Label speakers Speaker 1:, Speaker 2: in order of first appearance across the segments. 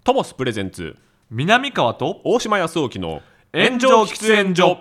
Speaker 1: トモスプレゼンツ
Speaker 2: 南川と
Speaker 1: 大島康沖の
Speaker 2: 炎上喫煙所。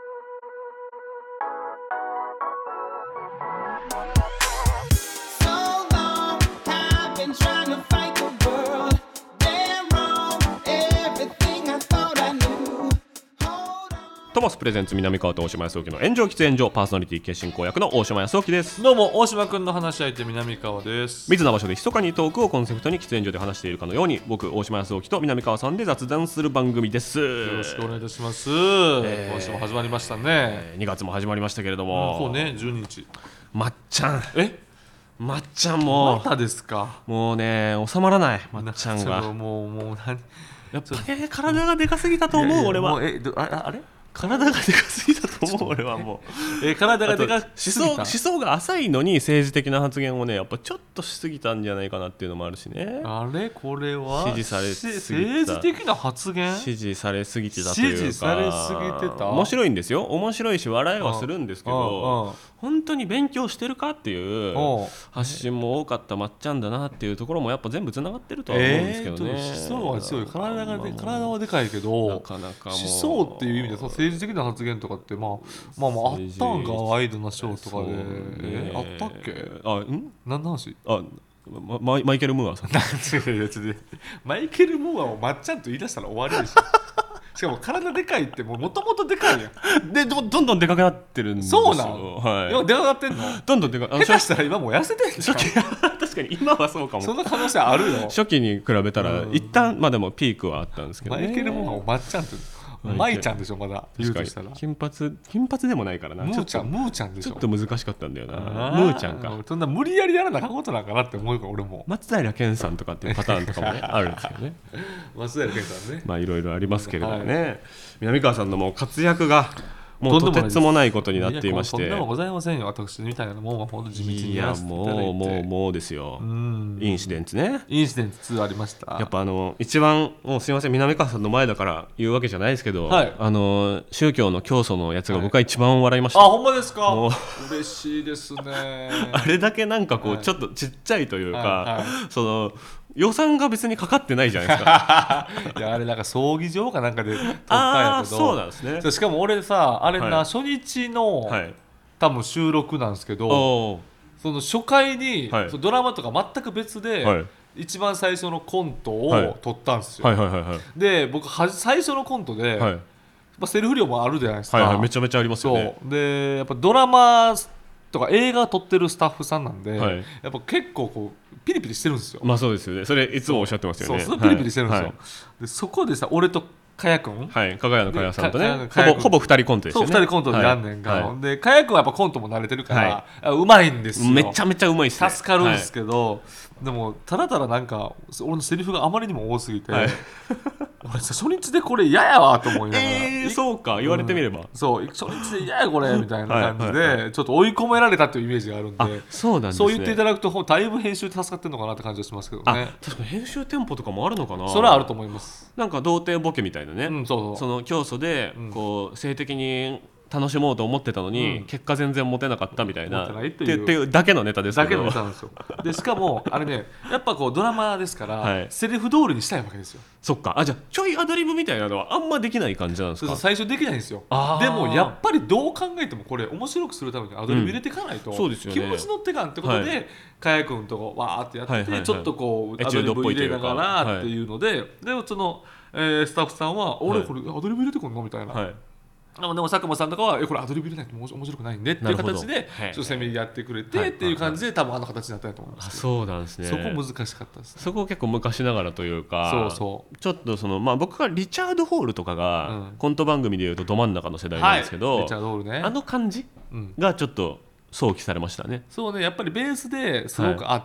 Speaker 1: トモスプレゼンツ南川と大島康沖の炎上喫煙所、パーソナリティ決進行役の大島康沖です。
Speaker 2: どうも大島くんの話し相手南川です。
Speaker 1: 密な場所で密かにトークをコンセプトに喫煙所で話しているかのように、僕大島康沖と南川さんで雑談する番組です。
Speaker 2: よろしくお願いいたします。今週も始まりましたね。
Speaker 1: 2月も始まりましたけれども、
Speaker 2: そうね、12日。
Speaker 1: まっちゃんまっちゃん
Speaker 2: ま
Speaker 1: も
Speaker 2: たですか。
Speaker 1: もうね収まらない。まっちゃんが
Speaker 2: もう何
Speaker 1: やっぱね体がでかすぎたと思う。俺は
Speaker 2: もうあれ
Speaker 1: 体がでかすぎたと思う。俺はもう
Speaker 2: 体がでかすぎた。
Speaker 1: 思想が浅いのに政治的な発言をねやっぱちょっとしすぎたんじゃないかなっていうのもあるしね。
Speaker 2: あれこれは
Speaker 1: 支持されすぎた、
Speaker 2: 政治的な発言、
Speaker 1: 支持されすぎてたというか、
Speaker 2: 支持されすぎてた。
Speaker 1: 面白いんですよ。面白いし笑いはするんですけど、本当に勉強してるかっていう発信も多かったまっちゃんだなっていうところもやっぱ全部つながってるとは思うんですけどね。
Speaker 2: 思想は強い。体はでかいけど、
Speaker 1: なかなかもう
Speaker 2: 思想っていう意味でその政治的な発言とかってまああったんか。ワイドなショーとかで、あったっけ。何の話。
Speaker 1: マイケル・ムーアさん
Speaker 2: マイケル・ムーアをまっちゃんと言い出したら終わりでしょ。しかも体でかいってもともとでかいやん。
Speaker 1: でどんどんでかくなってるんですよ。
Speaker 2: そうなん、はい、今でかくなってんの。
Speaker 1: どんどんでか
Speaker 2: 下手したら今もう痩せてんじゃん。
Speaker 1: 確かに今はそうかも。
Speaker 2: そんな可能性あるよ。
Speaker 1: 初期に比べたら一旦まあでもピークはあったんですけどね。
Speaker 2: マイケル・ムーアをまっちゃんってマイちゃんでしょ。まだ言うとしたら
Speaker 1: 金髪でもないからな。
Speaker 2: ムーちゃんでしょ。
Speaker 1: ちょっと難しかったんだよな。ムーちゃんか。
Speaker 2: そんな無理やりやらなあかんことなんかなって思うから俺も。
Speaker 1: 松平健さんとかっていうパターンとかもねあるんですけどね。
Speaker 2: 松平健さんね。
Speaker 1: まあいろいろありますけれどもね、南川さんのもう活躍がもうとてつもないことになっていまして。
Speaker 2: とんでもございませんよ。私みたいなもんは本当地道にやらせていただいて。
Speaker 1: いやもうですよ。インシデンツね。
Speaker 2: インシデンツ2ありました。
Speaker 1: やっぱ一番もうすいません南川さんの前だから言うわけじゃないですけど、はい、宗教の教祖のやつが僕は一番笑いました。
Speaker 2: あ、ほんまですか。嬉しいですね。
Speaker 1: あれだけなんかこうちょっとちっちゃいというか、その予算が別にかかってないじゃないですか。
Speaker 2: いやあれなんか葬儀場かなんかで撮ったんやけど。
Speaker 1: そうなんですね。
Speaker 2: しかも俺さあれな、初日の、多分収録なんですけど、その初回に、ドラマとか全く別で、一番最初のコントを撮ったんですよ。で僕最初のコントで、セルフ量もあるじゃないですか。
Speaker 1: めちゃめちゃありますよね。
Speaker 2: でやっぱドラマとか映画撮ってるスタッフさんなんで、やっぱ結構こうピリピリしてるんですよ。
Speaker 1: まあそうですよね。それいつもおっしゃってますよね。
Speaker 2: そうピリピリしてるんですよ。でそこでさ俺とかやくん、
Speaker 1: かがやのかやさんとね、ほぼ2人コントですよね。
Speaker 2: そう2人コントでやんねんか。でかやくんはやっぱコントも慣れてるからうまいんですよ。
Speaker 1: めちゃめちゃうまいっすね。
Speaker 2: 助かるんですけど、でもただただなんか俺のセリフがあまりにも多すぎて、俺さ初日でこれ嫌やわと思いながら。
Speaker 1: そうか言われてみれば、
Speaker 2: そう初日で嫌やこれみたいな感じでちょっと追い込められたというイメージがあるんで、
Speaker 1: そう言
Speaker 2: っていただくとだいぶ編集で助かってるのかなって感じがしますけどね。
Speaker 1: 確かに編集テンポとかもあるのかな。
Speaker 2: それはあると思います。
Speaker 1: なんか童貞ボケみたいなね、その教祖でこう性的に楽しもうと思ってたのに、結果全然モテなかったみたいなっていうだけのネタですけど。
Speaker 2: だけのネタなんですよ。でしかもあれねやっぱこうドラマですから、セリフ通りにしたいわけですよ。
Speaker 1: そっか。じゃあちょいアドリブみたいなのはあんまできない感じなんですか。
Speaker 2: 最初できないんですよ。でもやっぱりどう考えてもこれ面白くするためにアドリブ入れていかないと、気持ち乗ってかんってことで、かやくんとこわーってやって、ちょっとこうアドリブ入れながらっていうので、でもそのスタッフさんは俺これアドリブ入れてくんのみたいな。でも佐久間さんとかはこれアドリブ入れないと面白くないんでっていう形でちょっと攻めやってくれてっていう感じで多分あの形になったんだと思います。
Speaker 1: そうなんですね。
Speaker 2: そこ難しかったですね。
Speaker 1: そこ結構昔ながらというか、ちょっとその僕がリチャード・ホールとかがコント番組でいうとど真ん中の世代なんですけど、
Speaker 2: リチャード・ホールね、
Speaker 1: あの感じがちょっと想起されましたね。
Speaker 2: そうね、やっぱりベースですごくあって、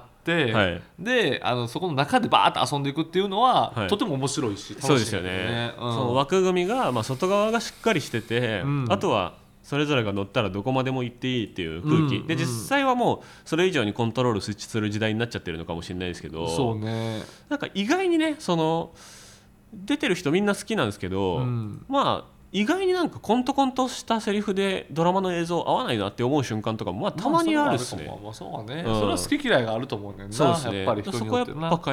Speaker 2: でそこの中でバーッと遊んでいくっていうのは、とても面白いし楽しい、
Speaker 1: そうですよね。その枠組みが、外側がしっかりしてて、あとはそれぞれが乗ったらどこまでも行っていいっていう空気、で実際はもうそれ以上にコントロールする時代になっちゃってるのかもしれないですけど、
Speaker 2: そうね、
Speaker 1: なんか意外にねその出てる人みんな好きなんですけど、意外になんかコントしたセリフでドラマの映像合わないなって思う瞬間とかもたまにあるっすね。
Speaker 2: そうね、それは好き嫌いがあると思うんだよな。
Speaker 1: そうですね。
Speaker 2: やっぱり人によってな。
Speaker 1: そこやっぱかや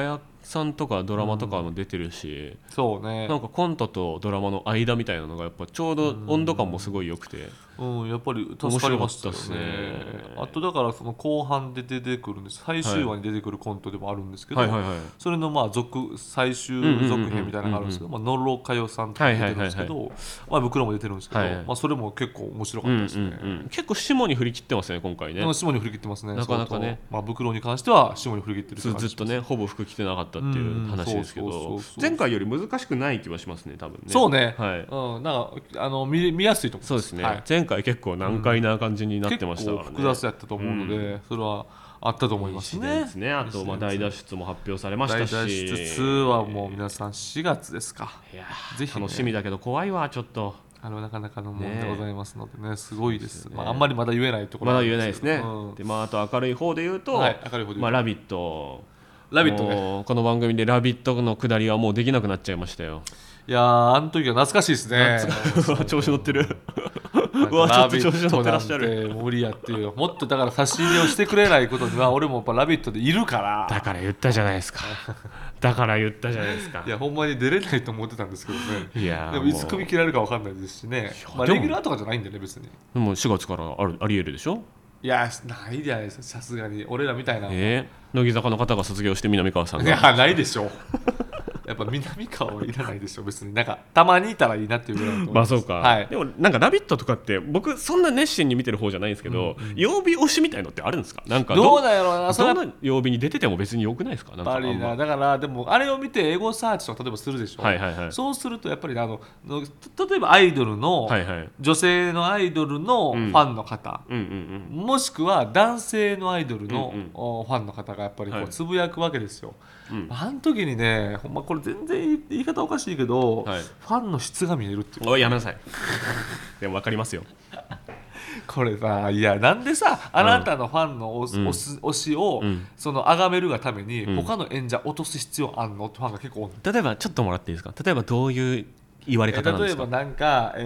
Speaker 1: さんとかドラマとかも出てるし、
Speaker 2: そうね、
Speaker 1: なんかコントとドラマの間みたいなのがやっぱちょうど温度感もすごい良くて、
Speaker 2: やっぱり助かりましたよね。
Speaker 1: 面白かったっすね。
Speaker 2: あとだからその後半で出てくるんです、最終話に出てくるコントでもあるんですけど、
Speaker 1: はいはいはい、
Speaker 2: それのまあ最終続編みたいなのがあるんですけど、野呂佳代さんとか出てるんですけど、袋も出てるんですけど、まあそれも結構面白かったですね。
Speaker 1: 結構下に振り切ってますね今回ね。
Speaker 2: 下に振り切ってますね。
Speaker 1: なかなかね、
Speaker 2: まあ袋に関しては下に振り切ってるって感じ。
Speaker 1: ずっとねほぼ服着てなかったっていう話ですけど、前回より難しくない気はしますね多分ね。
Speaker 2: そうね、
Speaker 1: はい、
Speaker 2: なんか見やすいと思います。
Speaker 1: そうですね、
Speaker 2: はい、
Speaker 1: 前回結構難解な感じになってましたからね。
Speaker 2: 結構複雑やったと思うので、それはあったと思いますね。
Speaker 1: あと大脱出も発表されましたし、
Speaker 2: 大脱出はもう皆さん4月ですか。
Speaker 1: いや
Speaker 2: ぜひ、ね、
Speaker 1: 楽しみだけど怖いわちょっと。
Speaker 2: なかなかのもんでございますのでね、すごいです。あんまりまだ言えないところ
Speaker 1: まだ言えないですね。であと明るい方で言うと、ラビット。ね、この番組でラビットの下りはもうできなくなっちゃいましたよ。
Speaker 2: いやあの時は懐かしいですね。
Speaker 1: 調子乗ってる。うわちょっと調子乗ってらっしゃる。
Speaker 2: 無理やっていう、もっとだから差し入れをしてくれないことには俺もやっぱラビットでいるから。
Speaker 1: だから言ったじゃないですか。い
Speaker 2: やほんまに出れないと思ってたんですけどね。
Speaker 1: いや
Speaker 2: でもいつ首切られるか分かんないですしね。レギュラーとかじゃないんだよね別に。
Speaker 1: でも4月からありえるでしょ。
Speaker 2: いやないじゃないですか、さすがに俺らみたいな。
Speaker 1: 乃木坂の方が卒業して南川さんが。
Speaker 2: いやないでしょ。やっぱ南川はいらないでしょ別に。なんかたまにいたらいいなっていうぐらいだと思います。
Speaker 1: まあそうか、
Speaker 2: はい、
Speaker 1: でもなんか「ラビット!」とかって僕そんな熱心に見てる方じゃないんですけど、曜日推しみたいのってあるんですか。なんか
Speaker 2: どうだろうな、
Speaker 1: どの曜日に出てても別によくないですか。なんか
Speaker 2: だからでもあれを見てエゴサーチとか例えばするでしょ、そうするとやっぱり例えばアイドルの、女性のアイドルのファンの方、もしくは男性のアイドルの、ファンの方がやっぱりこうつぶやくわけですよ。あの時にね、ほんまこれ全然言い方おかしいけど、ファンの質が見えるっていう。
Speaker 1: おいやめなさい。でも分かりますよ。
Speaker 2: これさ、いやなんでさ、あなたのファンの推しをその崇めるがために他の演者落とす必要あんのってファンが結構多い。
Speaker 1: 例えばちょっともらっていいですか。例えばどういう言われ方なんですか。
Speaker 2: 例えばなんか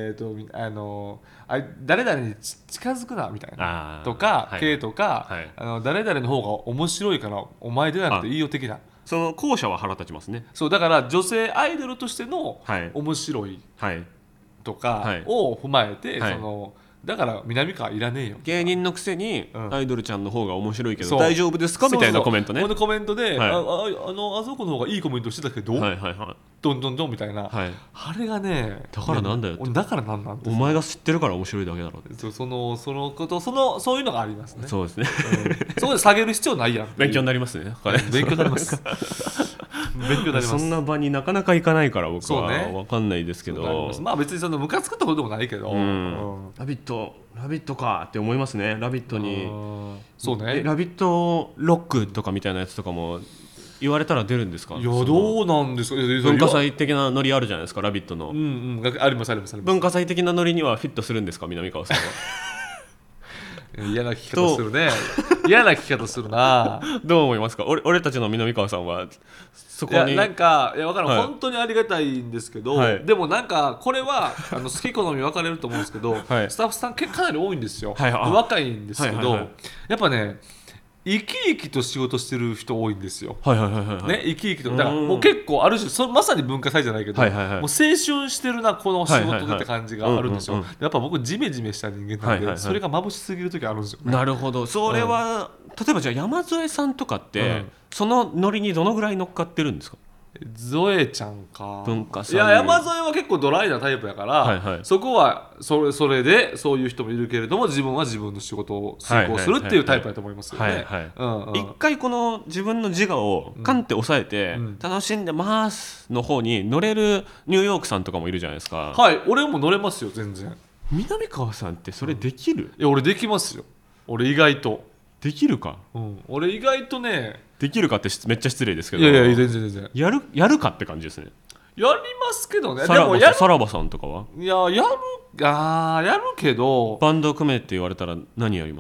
Speaker 2: 誰々に近づくなみたいなとか、系とか、誰々の方が面白いからお前でなくていいよ的な。
Speaker 1: その後者は腹立ちますね。
Speaker 2: そうだから女性アイドルとしての面白いとかを踏まえて、だから南川いらねえよ。
Speaker 1: 芸人のくせにアイドルちゃんの方が面白いけど大丈夫ですかみたいなコメントね。
Speaker 2: このコメントで、あそこの方がいいコメントしてたけど、どんどんどんみたいな、あれがね、
Speaker 1: だからなんだよ。
Speaker 2: だからなんなん
Speaker 1: お前が知ってるから面白いだけだろ。
Speaker 2: そのことそういうのがありますね。
Speaker 1: そうですね。
Speaker 2: そこで下げる必要ないやん。
Speaker 1: 勉強になりますね。
Speaker 2: 勉強になります。
Speaker 1: そんな場になかなか行かないから僕は分かんないですけど、
Speaker 2: まあ別にそのムカつくってことでもないけど、
Speaker 1: ラビットかって思いますね。ラビットに
Speaker 2: そうね、
Speaker 1: ラビットロックとかみたいなやつとかも言われたら出るんですか。
Speaker 2: いやどうなんですか。
Speaker 1: 文化祭的なノリあるじゃないですかラビットの。
Speaker 2: ありますあります。
Speaker 1: 文化祭的なノリにはフィットするんですか南川さんは。
Speaker 2: 嫌な聞き方するね。嫌な聞き方するな。
Speaker 1: どう思いますか。俺たちの南川さんはそこに。
Speaker 2: いやなんか分からん、本当にありがたいんですけど、でもなんかこれは好き好み分かれると思うんですけど、スタッフさんかなり多いんですよ。若いんですけど、やっぱね生き生きと仕事してる人多いんですよ。ね、生き生きと。だからもう結構ある種まさに文化祭じゃないけど、もう青春してるなこの仕事でって感じがあるんですよ。やっぱ僕ジメジメした人間なんで、それが眩しすぎる時あるんですよ。
Speaker 1: なるほど。それは例えばじゃあ山添さんとかってそのノリにどのぐらい乗っかってるんですか。
Speaker 2: ゾエちゃんか。
Speaker 1: 文化祭。
Speaker 2: いや山添は結構ドライなタイプやから、そこはそれでそういう人もいるけれども、自分は自分の仕事を遂行するっていうタイプだと思いますよね。一回この自分の自我をカンって抑えて楽しんでますの方に乗れるニューヨークさんとかもいるじゃないですか。はい、俺も乗れますよ全然。南川さんってそれできる。いや俺できますよ。俺意外とできるか。俺意外とねできるかってめっちゃ失礼ですけど。いや全然やるかって感じですね。やりますけどね。でもさらばさんとかは。いややるけど。バンド組めって言われたら何やります。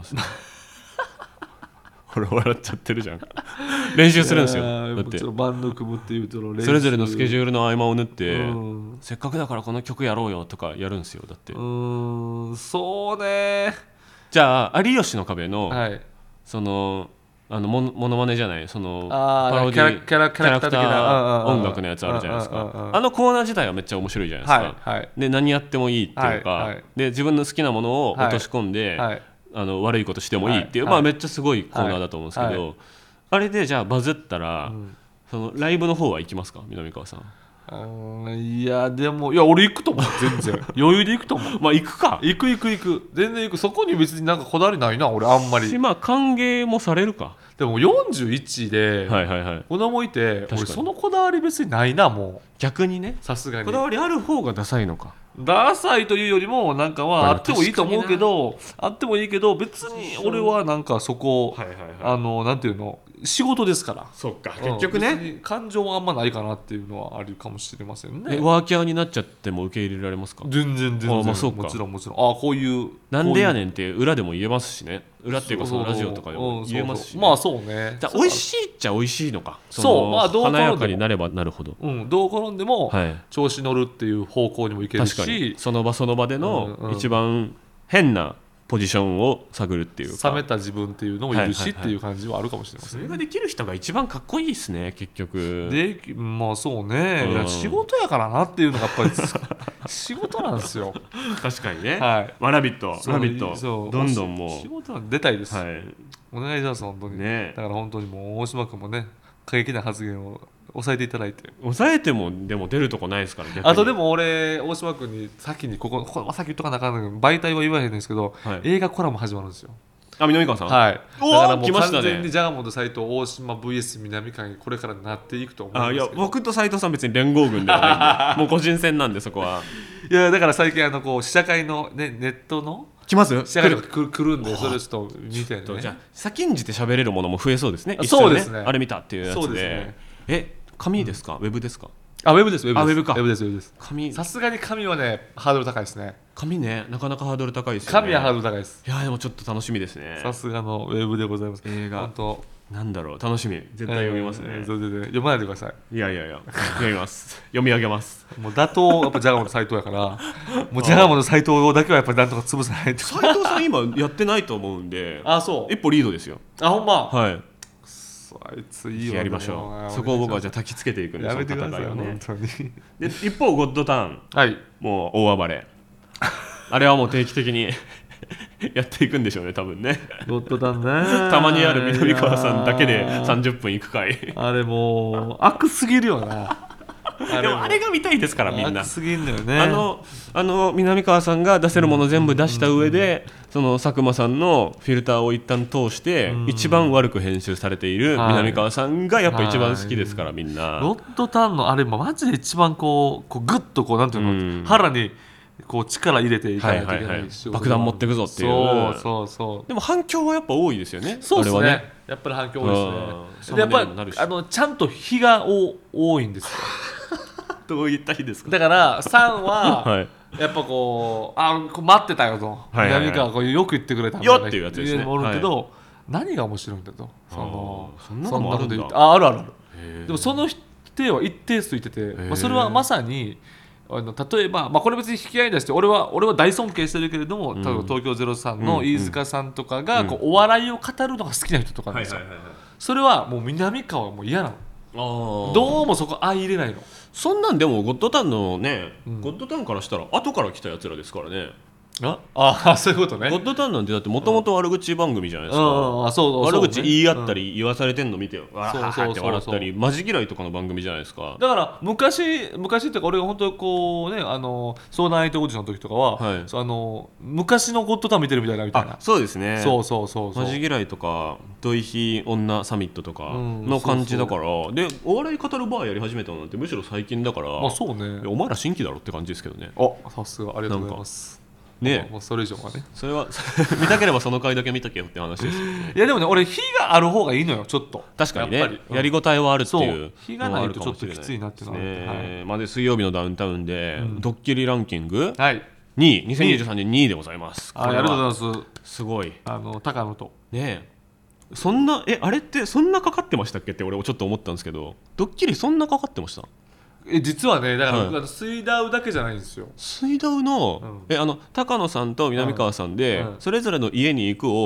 Speaker 2: 俺笑っちゃってるじゃん。練習するんですよ。だってバンド組むって言うとそれぞれのスケジュールの合間を縫って、せっかくだからこの曲やろうよとかやるんですよ。だってそうね。じゃあ有吉の壁の、その
Speaker 1: モノマネじゃない、その
Speaker 2: パ
Speaker 1: ロディ
Speaker 2: キャラクター的な
Speaker 1: 音楽のやつあるじゃないですか。あのコーナー自体はめっちゃ面白いじゃないですか、で何やってもいいっていうか、で自分の好きなものを落とし込んで、悪いことしてもいいっていう、めっちゃすごいコーナーだと思うんですけど、あれでじゃあバズったら、そのライブの方は行きますか、南川さん。
Speaker 2: いやでも俺行くと思う、全然余裕で行くと思う。
Speaker 1: まあ行くか、
Speaker 2: 行く全然行く。そこに別になんかこだわりないな俺あんまり。
Speaker 1: 歓迎もされるか。
Speaker 2: でも41で子供いて、俺そのこだわり別にないな。もう
Speaker 1: 逆にね、
Speaker 2: さすがに
Speaker 1: こだわりある方がダサいのか。
Speaker 2: ダサいというよりもなんかあってもいいと思うけど、あってもいいけど別に俺はなんかそこなんていうの、仕事ですから。
Speaker 1: そっか、結局ね、
Speaker 2: 感情はあんまないかなっていうのはあるかもしれませんね。
Speaker 1: ワーキャーになっちゃっても受け入れられますか。
Speaker 2: 全然もちろんこういう
Speaker 1: なんでやねんって裏でも言えますしね。裏っていうかそのラジオとかでも言えますし、
Speaker 2: そうね。
Speaker 1: じゃあ美味しいっちゃ美味しいのか。
Speaker 2: そうどう
Speaker 1: 華やかになればなるほど、
Speaker 2: どう転んでも調子乗るっていう方向にもいけるし、
Speaker 1: 確かにその場その場での一番変なポジションを探るっていうか、
Speaker 2: 冷めた自分っていうのもいるしっていう感じはあるかもしれません。
Speaker 1: それができる人が一番かっこいいですね、結局。
Speaker 2: そうね、いや仕事やからなっていうのがやっぱり仕事なんですよ。
Speaker 1: 確かにね、
Speaker 2: ラ
Speaker 1: ビットどんどんもう
Speaker 2: 仕事なんで出たいです、お願いします本当に、だから本当にもう大島君もね、過激な発言を抑えていただいて。
Speaker 1: 抑えてもでも出るとこないですから。
Speaker 2: あとでも俺大島君に先にここは先言っとかなあかんのけど、媒体は言わへんんですけど、映画コラム始まるんですよ。
Speaker 1: 南川さん、だ
Speaker 2: からもう完全にジャガモンと斉藤、大島 VS 南川にこれからなっていくと思うんですけど。
Speaker 1: 僕と斉藤さん別に連合軍ではないんでもう個人戦なんで、そこは。
Speaker 2: いやだから最近試写会の、ネットの
Speaker 1: 来ます
Speaker 2: 試写会が来るんで、それちょっと見てね。
Speaker 1: じゃあ先んじて喋れるものも増えそうですね。
Speaker 2: そうですね、
Speaker 1: あれ見たっていうやつで。紙ですか、ウェブですか。
Speaker 2: ウェブです。ウ
Speaker 1: ェブか。
Speaker 2: ウェブです。
Speaker 1: 紙、
Speaker 2: さすがに紙はねハードル高いですね。
Speaker 1: 紙ね、なかなかハードル高いですよね。
Speaker 2: 紙はハードル高いです。
Speaker 1: いやでもちょっと楽しみですね。
Speaker 2: さすがのウェブでございます。
Speaker 1: 映画なんだろう、楽しみ。絶対読みますね。
Speaker 2: 読まないでください。
Speaker 1: いや読みます。読み上げます。
Speaker 2: もう打倒やっぱジャガモンの斉藤やから、もうジャガモンの斉藤だけはやっぱりなんとか潰さないと。
Speaker 1: 斉藤さん今やってないと思うんで、
Speaker 2: そう
Speaker 1: 一歩リードですよ。
Speaker 2: ほんま。
Speaker 1: はい。
Speaker 2: あいついいよ。
Speaker 1: やりましょう。そこを僕はじゃあ焚きつけていくんです。
Speaker 2: やめてください本当に。
Speaker 1: で一方ゴッドターン、もう大暴れ。あれはもう定期的にやっていくんでしょうね、多分ね。
Speaker 2: ゴッドターンね。
Speaker 1: たまにある南川さんだけで30分いくかい。
Speaker 2: あれもう悪すぎるよな。
Speaker 1: でもあれが見たいですから、みんな。
Speaker 2: 悪すぎんだよね。
Speaker 1: 南川さんが出せるもの全部出した上で、その佐久間さんのフィルターを一旦通して一番悪く編集されている南川さんがやっぱ一番好きですから、みんな。
Speaker 2: ゴッドターンのあれもマジで一番こうグッとなんていうの、腹に力入れていかないといけないし、
Speaker 1: 爆弾持ってくぞっていう。
Speaker 2: そう
Speaker 1: でも反響はやっぱ多いですよね。
Speaker 2: そうですね、やっぱり反響多いですね。やっぱりちゃんと日が多いんですよ。
Speaker 1: どういった日ですか。
Speaker 2: だから3はやっぱ待ってたよと、南川よく言ってくれた
Speaker 1: よっていうやつですね。
Speaker 2: おるけど、何が面白いんだと、
Speaker 1: そんなこと
Speaker 2: 言って、ある。でもその否定は一定数言ってて、それはまさに例えば、これ別に引き合いに出して俺は大尊敬してるけれども、例えば東京03の飯塚さんとかがお笑いを語るのが好きな人とかなんですよ。それはもう南川はもう嫌なの。どうもそこ相入れないの。
Speaker 1: そんなんでもゴッドタンのね、ゴッドタンからしたら後から来たやつらですからね。
Speaker 2: そういうことね。
Speaker 1: ゴッドタンなんてだってもともと悪口番組じゃないですか。悪口言い合ったり言わされてんの見てわーって笑ったり、マジ嫌いとかの番組じゃないですか。
Speaker 2: だから昔っていうか、俺が本当に相談相手オーディションの時とかは、昔のゴッドタン見てるみたいな。
Speaker 1: そうですね。
Speaker 2: そう
Speaker 1: マジ嫌いとかドイヒ女サミットとかの感じだから。でお笑い語るバーやり始めたのなんてむしろ最近だから、
Speaker 2: そうね、
Speaker 1: お前ら新規だろって感じですけどね。
Speaker 2: さすがありがとうございます。もうそれ以上はね、
Speaker 1: それは見たければその回だけ見とけよって話です。
Speaker 2: いやでもね、俺火がある方がいいのよ、ちょっと。
Speaker 1: 確かにね、やりごたえはあるっていう。
Speaker 2: 火がないとちょっときついなっていうのは。
Speaker 1: で水曜日のダウンタウンでドッキリランキング2位、2023年2位でございます。
Speaker 2: ありがとうございます。
Speaker 1: すごい。
Speaker 2: 高野と
Speaker 1: ね、そんなあれってそんなかかってましたっけって俺ちょっと思ったんですけど、ドッキリそんなかかってました？
Speaker 2: 実はね、だから水ダウだけじゃないんですよ。
Speaker 1: 水ダウの高野さんと南川さんでそれぞれの家に行くを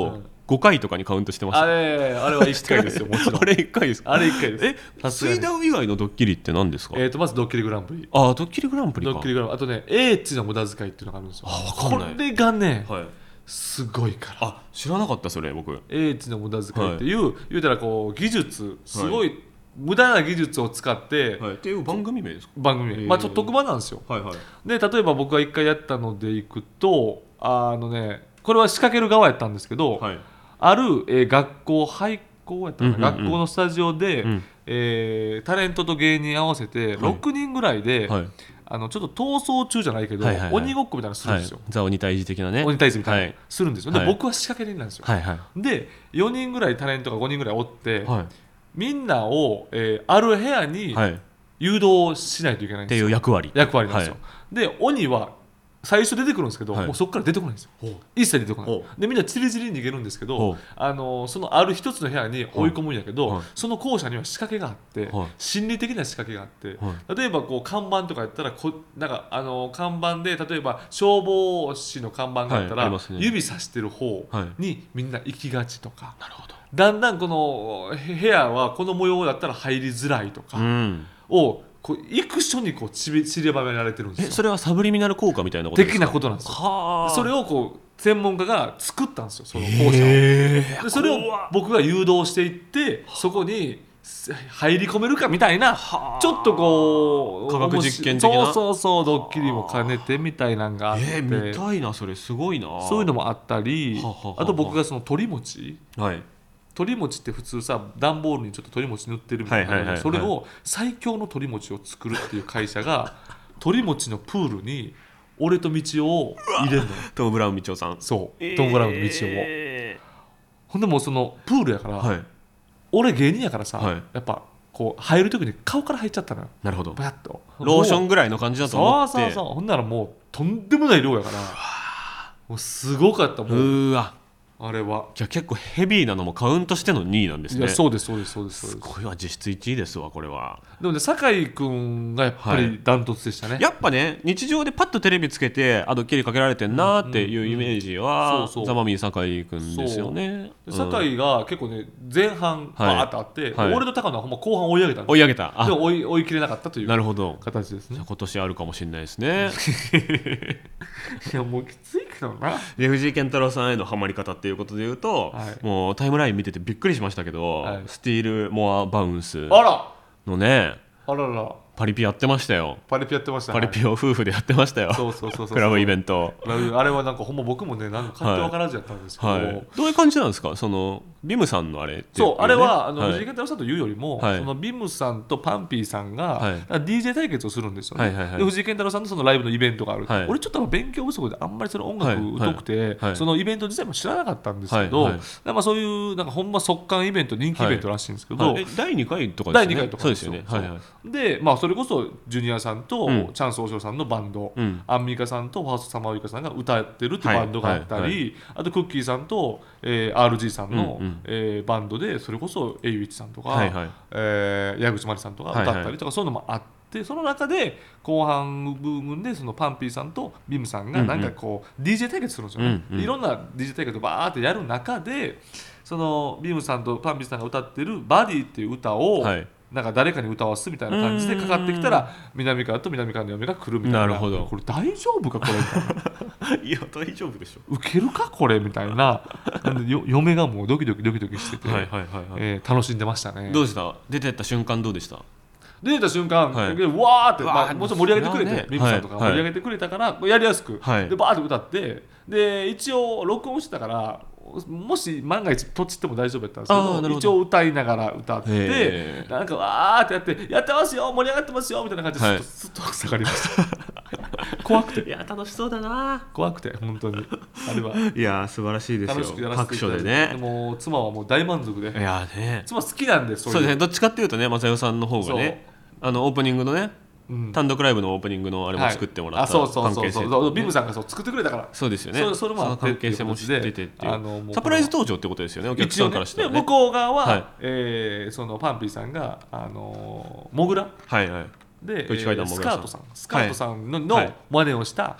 Speaker 1: 5回とかにカウントしてました。
Speaker 2: あれは1回ですよもちろん
Speaker 1: あれ1回ですか。
Speaker 2: あれ1回です。
Speaker 1: 水ダウ以外のドッキリって何ですか。
Speaker 2: まずドッキリグランプリ。
Speaker 1: ドッキリグランプリか。
Speaker 2: ドッキリグランプリ、あとね英知の無駄遣いっていうのがあるんですよ。
Speaker 1: 分かんない。
Speaker 2: これがね、
Speaker 1: はい、
Speaker 2: すごいから。
Speaker 1: 知らなかったそれ僕。
Speaker 2: 英知の無駄遣いっていう、言うたらこう技術すごい、無駄な技術を使って、
Speaker 1: っていう番組名ですか。
Speaker 2: 番組名、ちょっと特番なんですよ。で例えば僕が1回やったのでいくとこれは仕掛ける側やったんですけど、ある、学校廃校やったかな、学校のスタジオで、タレントと芸人合わせて6人ぐらいで、ちょっと逃走中じゃないけど、鬼ごっこみたいなのするんですよ。
Speaker 1: ザ・鬼退治的なね。
Speaker 2: 鬼退治みたいなするんですよ。で僕は仕掛け人なんですよ。で4人ぐらいタレントが5人ぐらいおって、みんなを、ある部屋に誘導しないといけないんですよ。
Speaker 1: っていう役割
Speaker 2: なんですよ。で鬼は最初出てくるんですけど、もうそこから出てこないんですよ。一切出てこない。でみんなチリチリに逃げるんですけど、そのある一つの部屋に追い込むんやけど、その校舎には仕掛けがあって、心理的な仕掛けがあって、例えばこう看板とかやったらなんか看板で例えば消防士の看板があったら、指さしてる方にみんな行きがちとか、だんだんこの部屋はこの模様だったら入りづらいとかを行く所に散りばめられてるんですよ。
Speaker 1: それはサブリミナル効果みたいなことですか。
Speaker 2: 的なことなんですよ。それを専門家が作ったんですよ、その校舎を。でそれを僕が誘導していってそこに入り込めるかみたいな、ちょっと
Speaker 1: 科学実験的な
Speaker 2: そうドッキリも兼ねてみたいなのがあって、
Speaker 1: 見たいなそれ。すごいな。
Speaker 2: そういうのもあったり、あと僕がその鳥餅って普通さ段ボールにちょっと鳥餅塗ってるみたいな、それを最強の鳥餅を作るっていう会社が鳥餅のプールに俺と道夫を入れるのよ。
Speaker 1: トム・ブラウン道夫さん。
Speaker 2: そうトム・ブラウンの道夫を、ほんでもうそのプールやから、俺芸人やからさ、やっぱこう入る時に顔から入っちゃったのよ。
Speaker 1: なるほど。
Speaker 2: バヤッと
Speaker 1: ローションぐらいの感じだと思って。
Speaker 2: そうほんならもうとんでもない量やからもうすごかった。もうあれは
Speaker 1: じゃあ結構ヘビーなのもカウントしての2位なんですね。
Speaker 2: いやそうです。
Speaker 1: すごいわ。実質1位ですわこれは。
Speaker 2: でもね酒井君がやっぱりダントツでしたね。
Speaker 1: やっぱね日常でパッとテレビつけてドッキリかけられてんなっていうイメージはザ・マミィ酒井君ですよね。
Speaker 2: 酒井が結構ね前半バーッとあって、俺と高野はほんま後半追い上げたんです。
Speaker 1: 追い上げた。
Speaker 2: でも追い切れなかったという形ですね。
Speaker 1: 今年あるかもしれないですね。
Speaker 2: いやもうきついけどな。
Speaker 1: で藤井健太郎さんへのハマり方っていうことでいうと、もうタイムライン見ててびっくりしましたけど、スティール・モア・バウンスのねパリピやってましたよ。
Speaker 2: パリピやってました。
Speaker 1: パリピを夫婦でやってましたよ。クラブイベント。
Speaker 2: あれはなんかほんま僕もねなんか勝手分からずやったんですけど、
Speaker 1: どういう感じなんですかそのビムさんのあれって。
Speaker 2: あれは藤井健太郎さんというよりも、そのビムさんとパンピーさんが DJ 対決をするんですよね。で藤井健太郎さんのそのライブのイベントがある。俺ちょっと勉強不足であんまりその音楽疎くて、そのイベント自体も知らなかったんですけど、そういうなんかほんま速乾イベント人気イベントらしいんですけど、
Speaker 1: 第2回とかですね。
Speaker 2: 第2回とかですよね。でそれこそジュニアさんとチャンス大城さんのバンド、アンミカさんとファーストサマーウイカさんが歌ってるってバンドがあったり、あとクッキーさんとRG さんのバンドでそれこそエイウィッチさんとか矢口真理さんとか歌ったりとかそういうのもあって、その中で後半部分でそのパンピーさんとビムさんがなんかこう DJ 対決するんですよね。いろんな DJ 対決をバーってやる中でそのビムさんとパンピーさんが歌ってる「バディ」っていう歌をなんか誰かに歌わすみたいな感じでかかってきたら南川と南川の嫁が来るみたいな。
Speaker 1: なるほど。
Speaker 2: これ大丈夫かこれみたいな。
Speaker 1: いや大丈夫でしょ。
Speaker 2: 受けるかこれみたいな。なんで嫁がもうドキドキしてて楽しんでましたね。
Speaker 1: どうでした？出てった瞬間どうでした？
Speaker 2: 出てた瞬間、わーって、もちろん盛り上げてくれて、ビムさんとか盛り上げてくれたからやりやすく、でバーって歌って、で一応録音してたからもし万が一とちっても大丈夫やったんですけど、一応歌いながら歌ってなんかわーってやってますよ盛り上がってますよみたいな感じですっと下がりました怖くて。
Speaker 1: いや楽しそうだな。
Speaker 2: 怖くて本当にあれは。
Speaker 1: いや素晴らしいですよ。
Speaker 2: 楽しくやらせていただいて。
Speaker 1: 各所でね。
Speaker 2: でも妻はもう大満足で。
Speaker 1: いやね。
Speaker 2: 妻好きなんで。
Speaker 1: そうですね。どっちかっていうとね正代さんの方がねオープニングのね。単独ライブのオープニングのあれも作ってもらった関係性、
Speaker 2: ビムさんが作ってくれたから。
Speaker 1: そうですよね。
Speaker 2: それも
Speaker 1: 関係性も知っててっていうサプライズ登場ってことですよね。お客さんからしたらね。
Speaker 2: 向こう側はそのパンピーさんがモグラでスカートさんの真似をした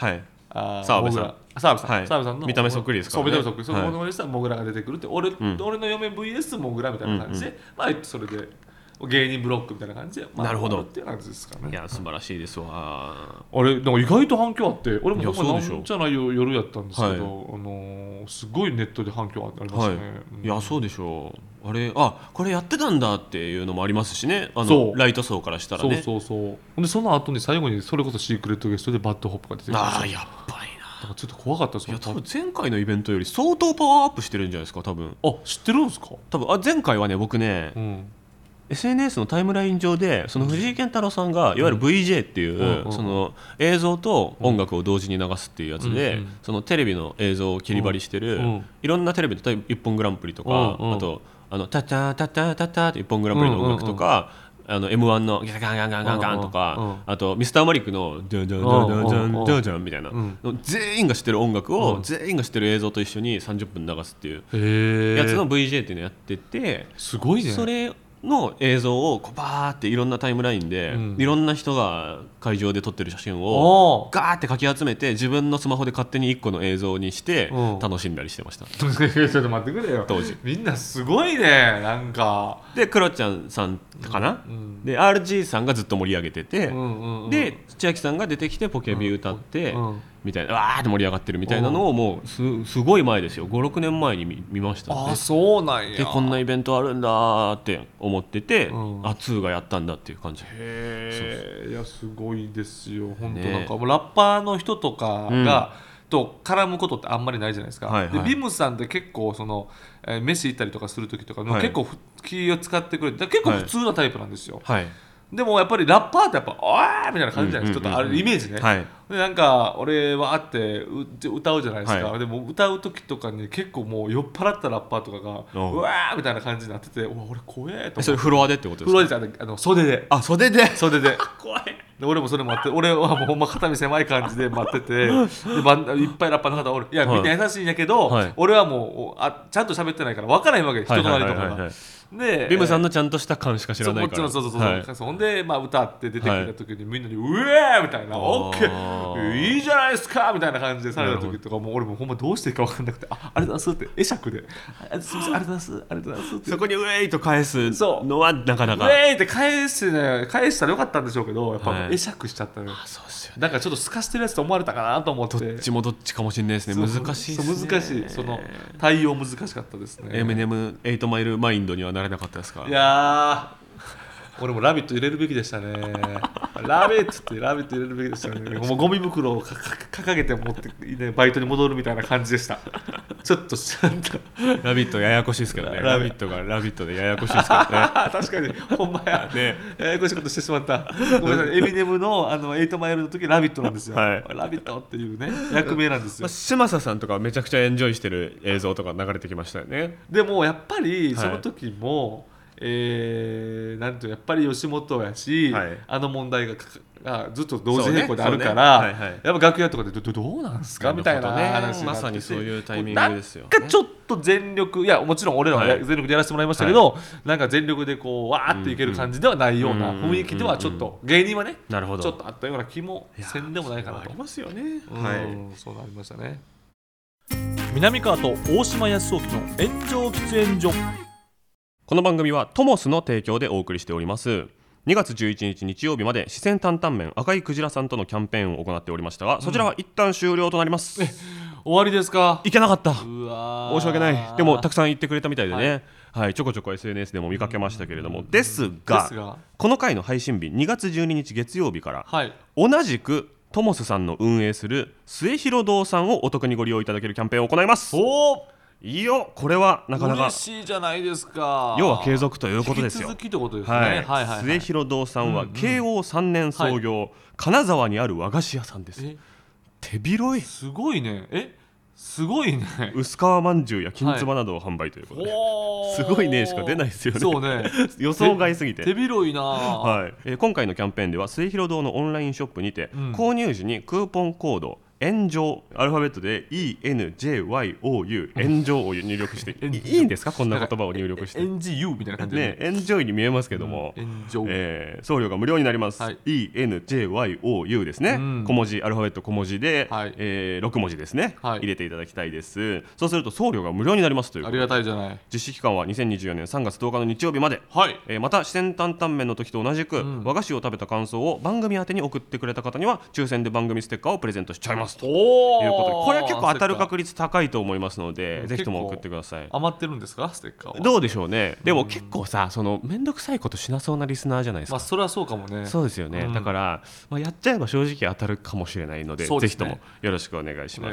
Speaker 1: 澤部さん
Speaker 2: 澤部さんの
Speaker 1: 見た目そっくりですからね。
Speaker 2: そう見た目そっくり、そのモノマネしたらモグラが出てくるって、俺の嫁 VS モグラみたいな感じで、まあそれで芸人ブロックみたいな感じで、
Speaker 1: なるほど
Speaker 2: っていう感じですかね。
Speaker 1: いや素晴らしいですわ。
Speaker 2: あれなんか意外と反響あって、俺もほんま
Speaker 1: いやそうでしょ
Speaker 2: なんじゃない夜やったんですけど、すごいネットで反響ありましたね。
Speaker 1: いやそうでしょう。あれこれやってたんだっていうのもありますしね、
Speaker 2: そう
Speaker 1: ライト層からしたらね。
Speaker 2: そうでその後に最後にそれこそシークレットゲストでバッドホップが出てきました。
Speaker 1: やっぱりな。
Speaker 2: だからちょっと怖かったですよ。
Speaker 1: いや多分前回のイベントより相当パワーアップしてるんじゃないですか多分。
Speaker 2: 知ってるんですか。
Speaker 1: 多分前回はね僕ね、SNS のタイムライン上でその藤井健太郎さんがいわゆる VJ っていうその映像と音楽を同時に流すっていうやつで、そのテレビの映像を切り張りしてるいろんなテレビで例えば一本グランプリとか、あとタッタタッタタッタって一本グランプリの音楽とか、M1 のガンガンガンガンガンとか、あとミスターマリックのジャンジャンジャンジャンジャンジャンジャンみたいな、全員が知ってる音楽を全員が知ってる映像と一緒に30分流すっていうやつの VJ っていうのやってて、
Speaker 2: すごいね。
Speaker 1: それの映像をこうバーっていろんなタイムラインで、いろんな人が会場で撮ってる写真をガーってかき集めて自分のスマホで勝手に1個の映像にして楽しんだりしてました。
Speaker 2: ちょっと待ってくれよ
Speaker 1: 当時
Speaker 2: みんなすごいね。なんか
Speaker 1: でクロちゃんさんかな、で RG さんがずっと盛り上げてて、で千秋さんが出てきてポケビ歌って、みたいなわーって盛り上がってるみたいなのをもうすごい前ですよ。5、6年前に 見ましたね。
Speaker 2: そうなんや。
Speaker 1: でこんなイベントあるんだって思ってて、2がやったんだっていう感じ。
Speaker 2: いやすごいですよ本当。なんかもうラッパーの人とかが、と絡むことってあんまりないじゃないですか。でビムさんって結構その、飯行ったりとかする時とか結構気を使ってくれて、結構普通なタイプなんですよ。でもやっぱりラッパーってやっぱおーみたいな感じじゃないですか。ちょっとあるイメージね。でなんか俺はあって歌うじゃないですか。でも歌う時とかに結構もう酔っ払ったラッパーとかがうわーみたいな感じになってて、俺怖えと思って。
Speaker 1: それフロアでってことですか。
Speaker 2: フロアで袖で。
Speaker 1: 袖で
Speaker 2: 怖い。で俺もそれ待って、俺はもうほんま肩身狭い感じで待ってて、でいっぱいラッパーの方おる。いやみんな優しいんやけど、俺はもうちゃんと喋ってないから分からへんわけ、人となりとかが。で
Speaker 1: ビムさんのちゃんとした感しか知らないから。
Speaker 2: ほんで、歌って出てきた時にみんなにうえーみたいな、オッケーいいじゃないですかみたいな感じでされた時とか、もう俺もほんまどうしていいか分かんなくて、ありがとうございますって会釈で、すみませんありがとうございますありがとうございますって、
Speaker 1: そこにウェイと返すのはなかなか
Speaker 2: ウェイって返したらよかったんでしょうけど、やっぱ会釈しちゃったのよ。なんかちょっとすかしてるやつと思われたかなと思って。
Speaker 1: どっちもどっちかもしれないですね。難しいですね。
Speaker 2: 難しい。その対応難しかったですね。
Speaker 1: エミネム8マイルマインドにはなれなかったですか。
Speaker 2: いや俺もラビット入れるべきでしたね。ラビットってラビット入れるべきでしたね。もうゴミ袋を掲げて持って、ね、バイトに戻るみたいな感じでした。ちょっと
Speaker 1: ラビットややこしいですけどね。ラビットがラビットでややこしいですからね。
Speaker 2: 確かにほんまや、ね、ややこしいことしてしまった。ごめんなさい。エミネムの8マイルの時ラビットなんですよ。ラビットっていうね役名なんですよ。
Speaker 1: 嶋佐さんとかめちゃくちゃエンジョイしてる映像とか流れてきましたよね。
Speaker 2: でもやっぱりその時も、なんていうやっぱり吉本やし、あの問題がずっと同時並行であるから、やっぱ楽屋とかでどうなんすかみたいな話
Speaker 1: まさにそういうタイミングですよね。
Speaker 2: なんかちょっと全力、いやもちろん俺らは全力でやらせてもらいましたけど、なんか全力でこうわーっていける感じではないような雰囲気ではちょっと芸人はねちょっとあったような気もせんでもないかなと。
Speaker 1: ありますよね。
Speaker 2: そうなりましたね。
Speaker 3: 南川と大島康雄の炎上喫煙所。
Speaker 1: この番組はトモスの提供でお送りしております。2月11日日曜日まで四川担々麺赤いクジラさんとのキャンペーンを行っておりましたが、そちらは一旦終了となります。
Speaker 2: 終わりですか。
Speaker 1: いけなかった。申し訳ない。でもたくさん言ってくれたみたいでね、ちょこちょこ SNS でも見かけましたけれども、ですがこの回の配信日2月12日月曜日から、同じくトモスさんの運営する末広堂さんをお得にご利用いただけるキャンペーンを行います。いいよ、これはなかなか
Speaker 2: 嬉しいじゃないですか。
Speaker 1: 要は継続ということですよ。
Speaker 2: 引き続きということですね。
Speaker 1: 末広堂さんは慶応3年創業、金沢にある和菓子屋さんです。手広い。
Speaker 2: すごいね。すごいね。
Speaker 1: 薄皮まんじゅうや金つばなどを販売ということで、すごいねしか出ないですよね。
Speaker 2: そうね。
Speaker 1: 予想外すぎて
Speaker 2: 手広いな。
Speaker 1: 今回のキャンペーンでは末広堂のオンラインショップにて、購入時にクーポンコード炎上アルファベットで ENJYOU 炎上を入力していいんですか、こんな言葉を入力して。
Speaker 2: NGU みたいな感じで
Speaker 1: ね、エンジョイに見えますけども、送料が無料になります、はい、ENJYOU ですね、小文字アルファベット小文字で、はい、6文字ですね、はい、入れていただきたいです。そうすると送料が無料になりますという。
Speaker 2: ありがたいじゃない。
Speaker 1: 実施期間は2024年3月10日の日曜日まで、はい、また四川担々麺の時と同じく、和菓子を食べた感想を番組宛てに送ってくれた方には抽選で番組ステッカーをプレゼントしちゃいますということで、これは結構当たる確率高いと思いますので、ぜひとも送ってください。
Speaker 2: 余ってるんですか、ステッカーは。
Speaker 1: どうでしょうね。でも結構さ、そのめんどくさいことしなそうなリスナーじゃないですか。
Speaker 2: まあそれはそうかもね。
Speaker 1: そうですよね、だから、やっちゃえば正直当たるかもしれないので、ぜひともよろしくお願いします。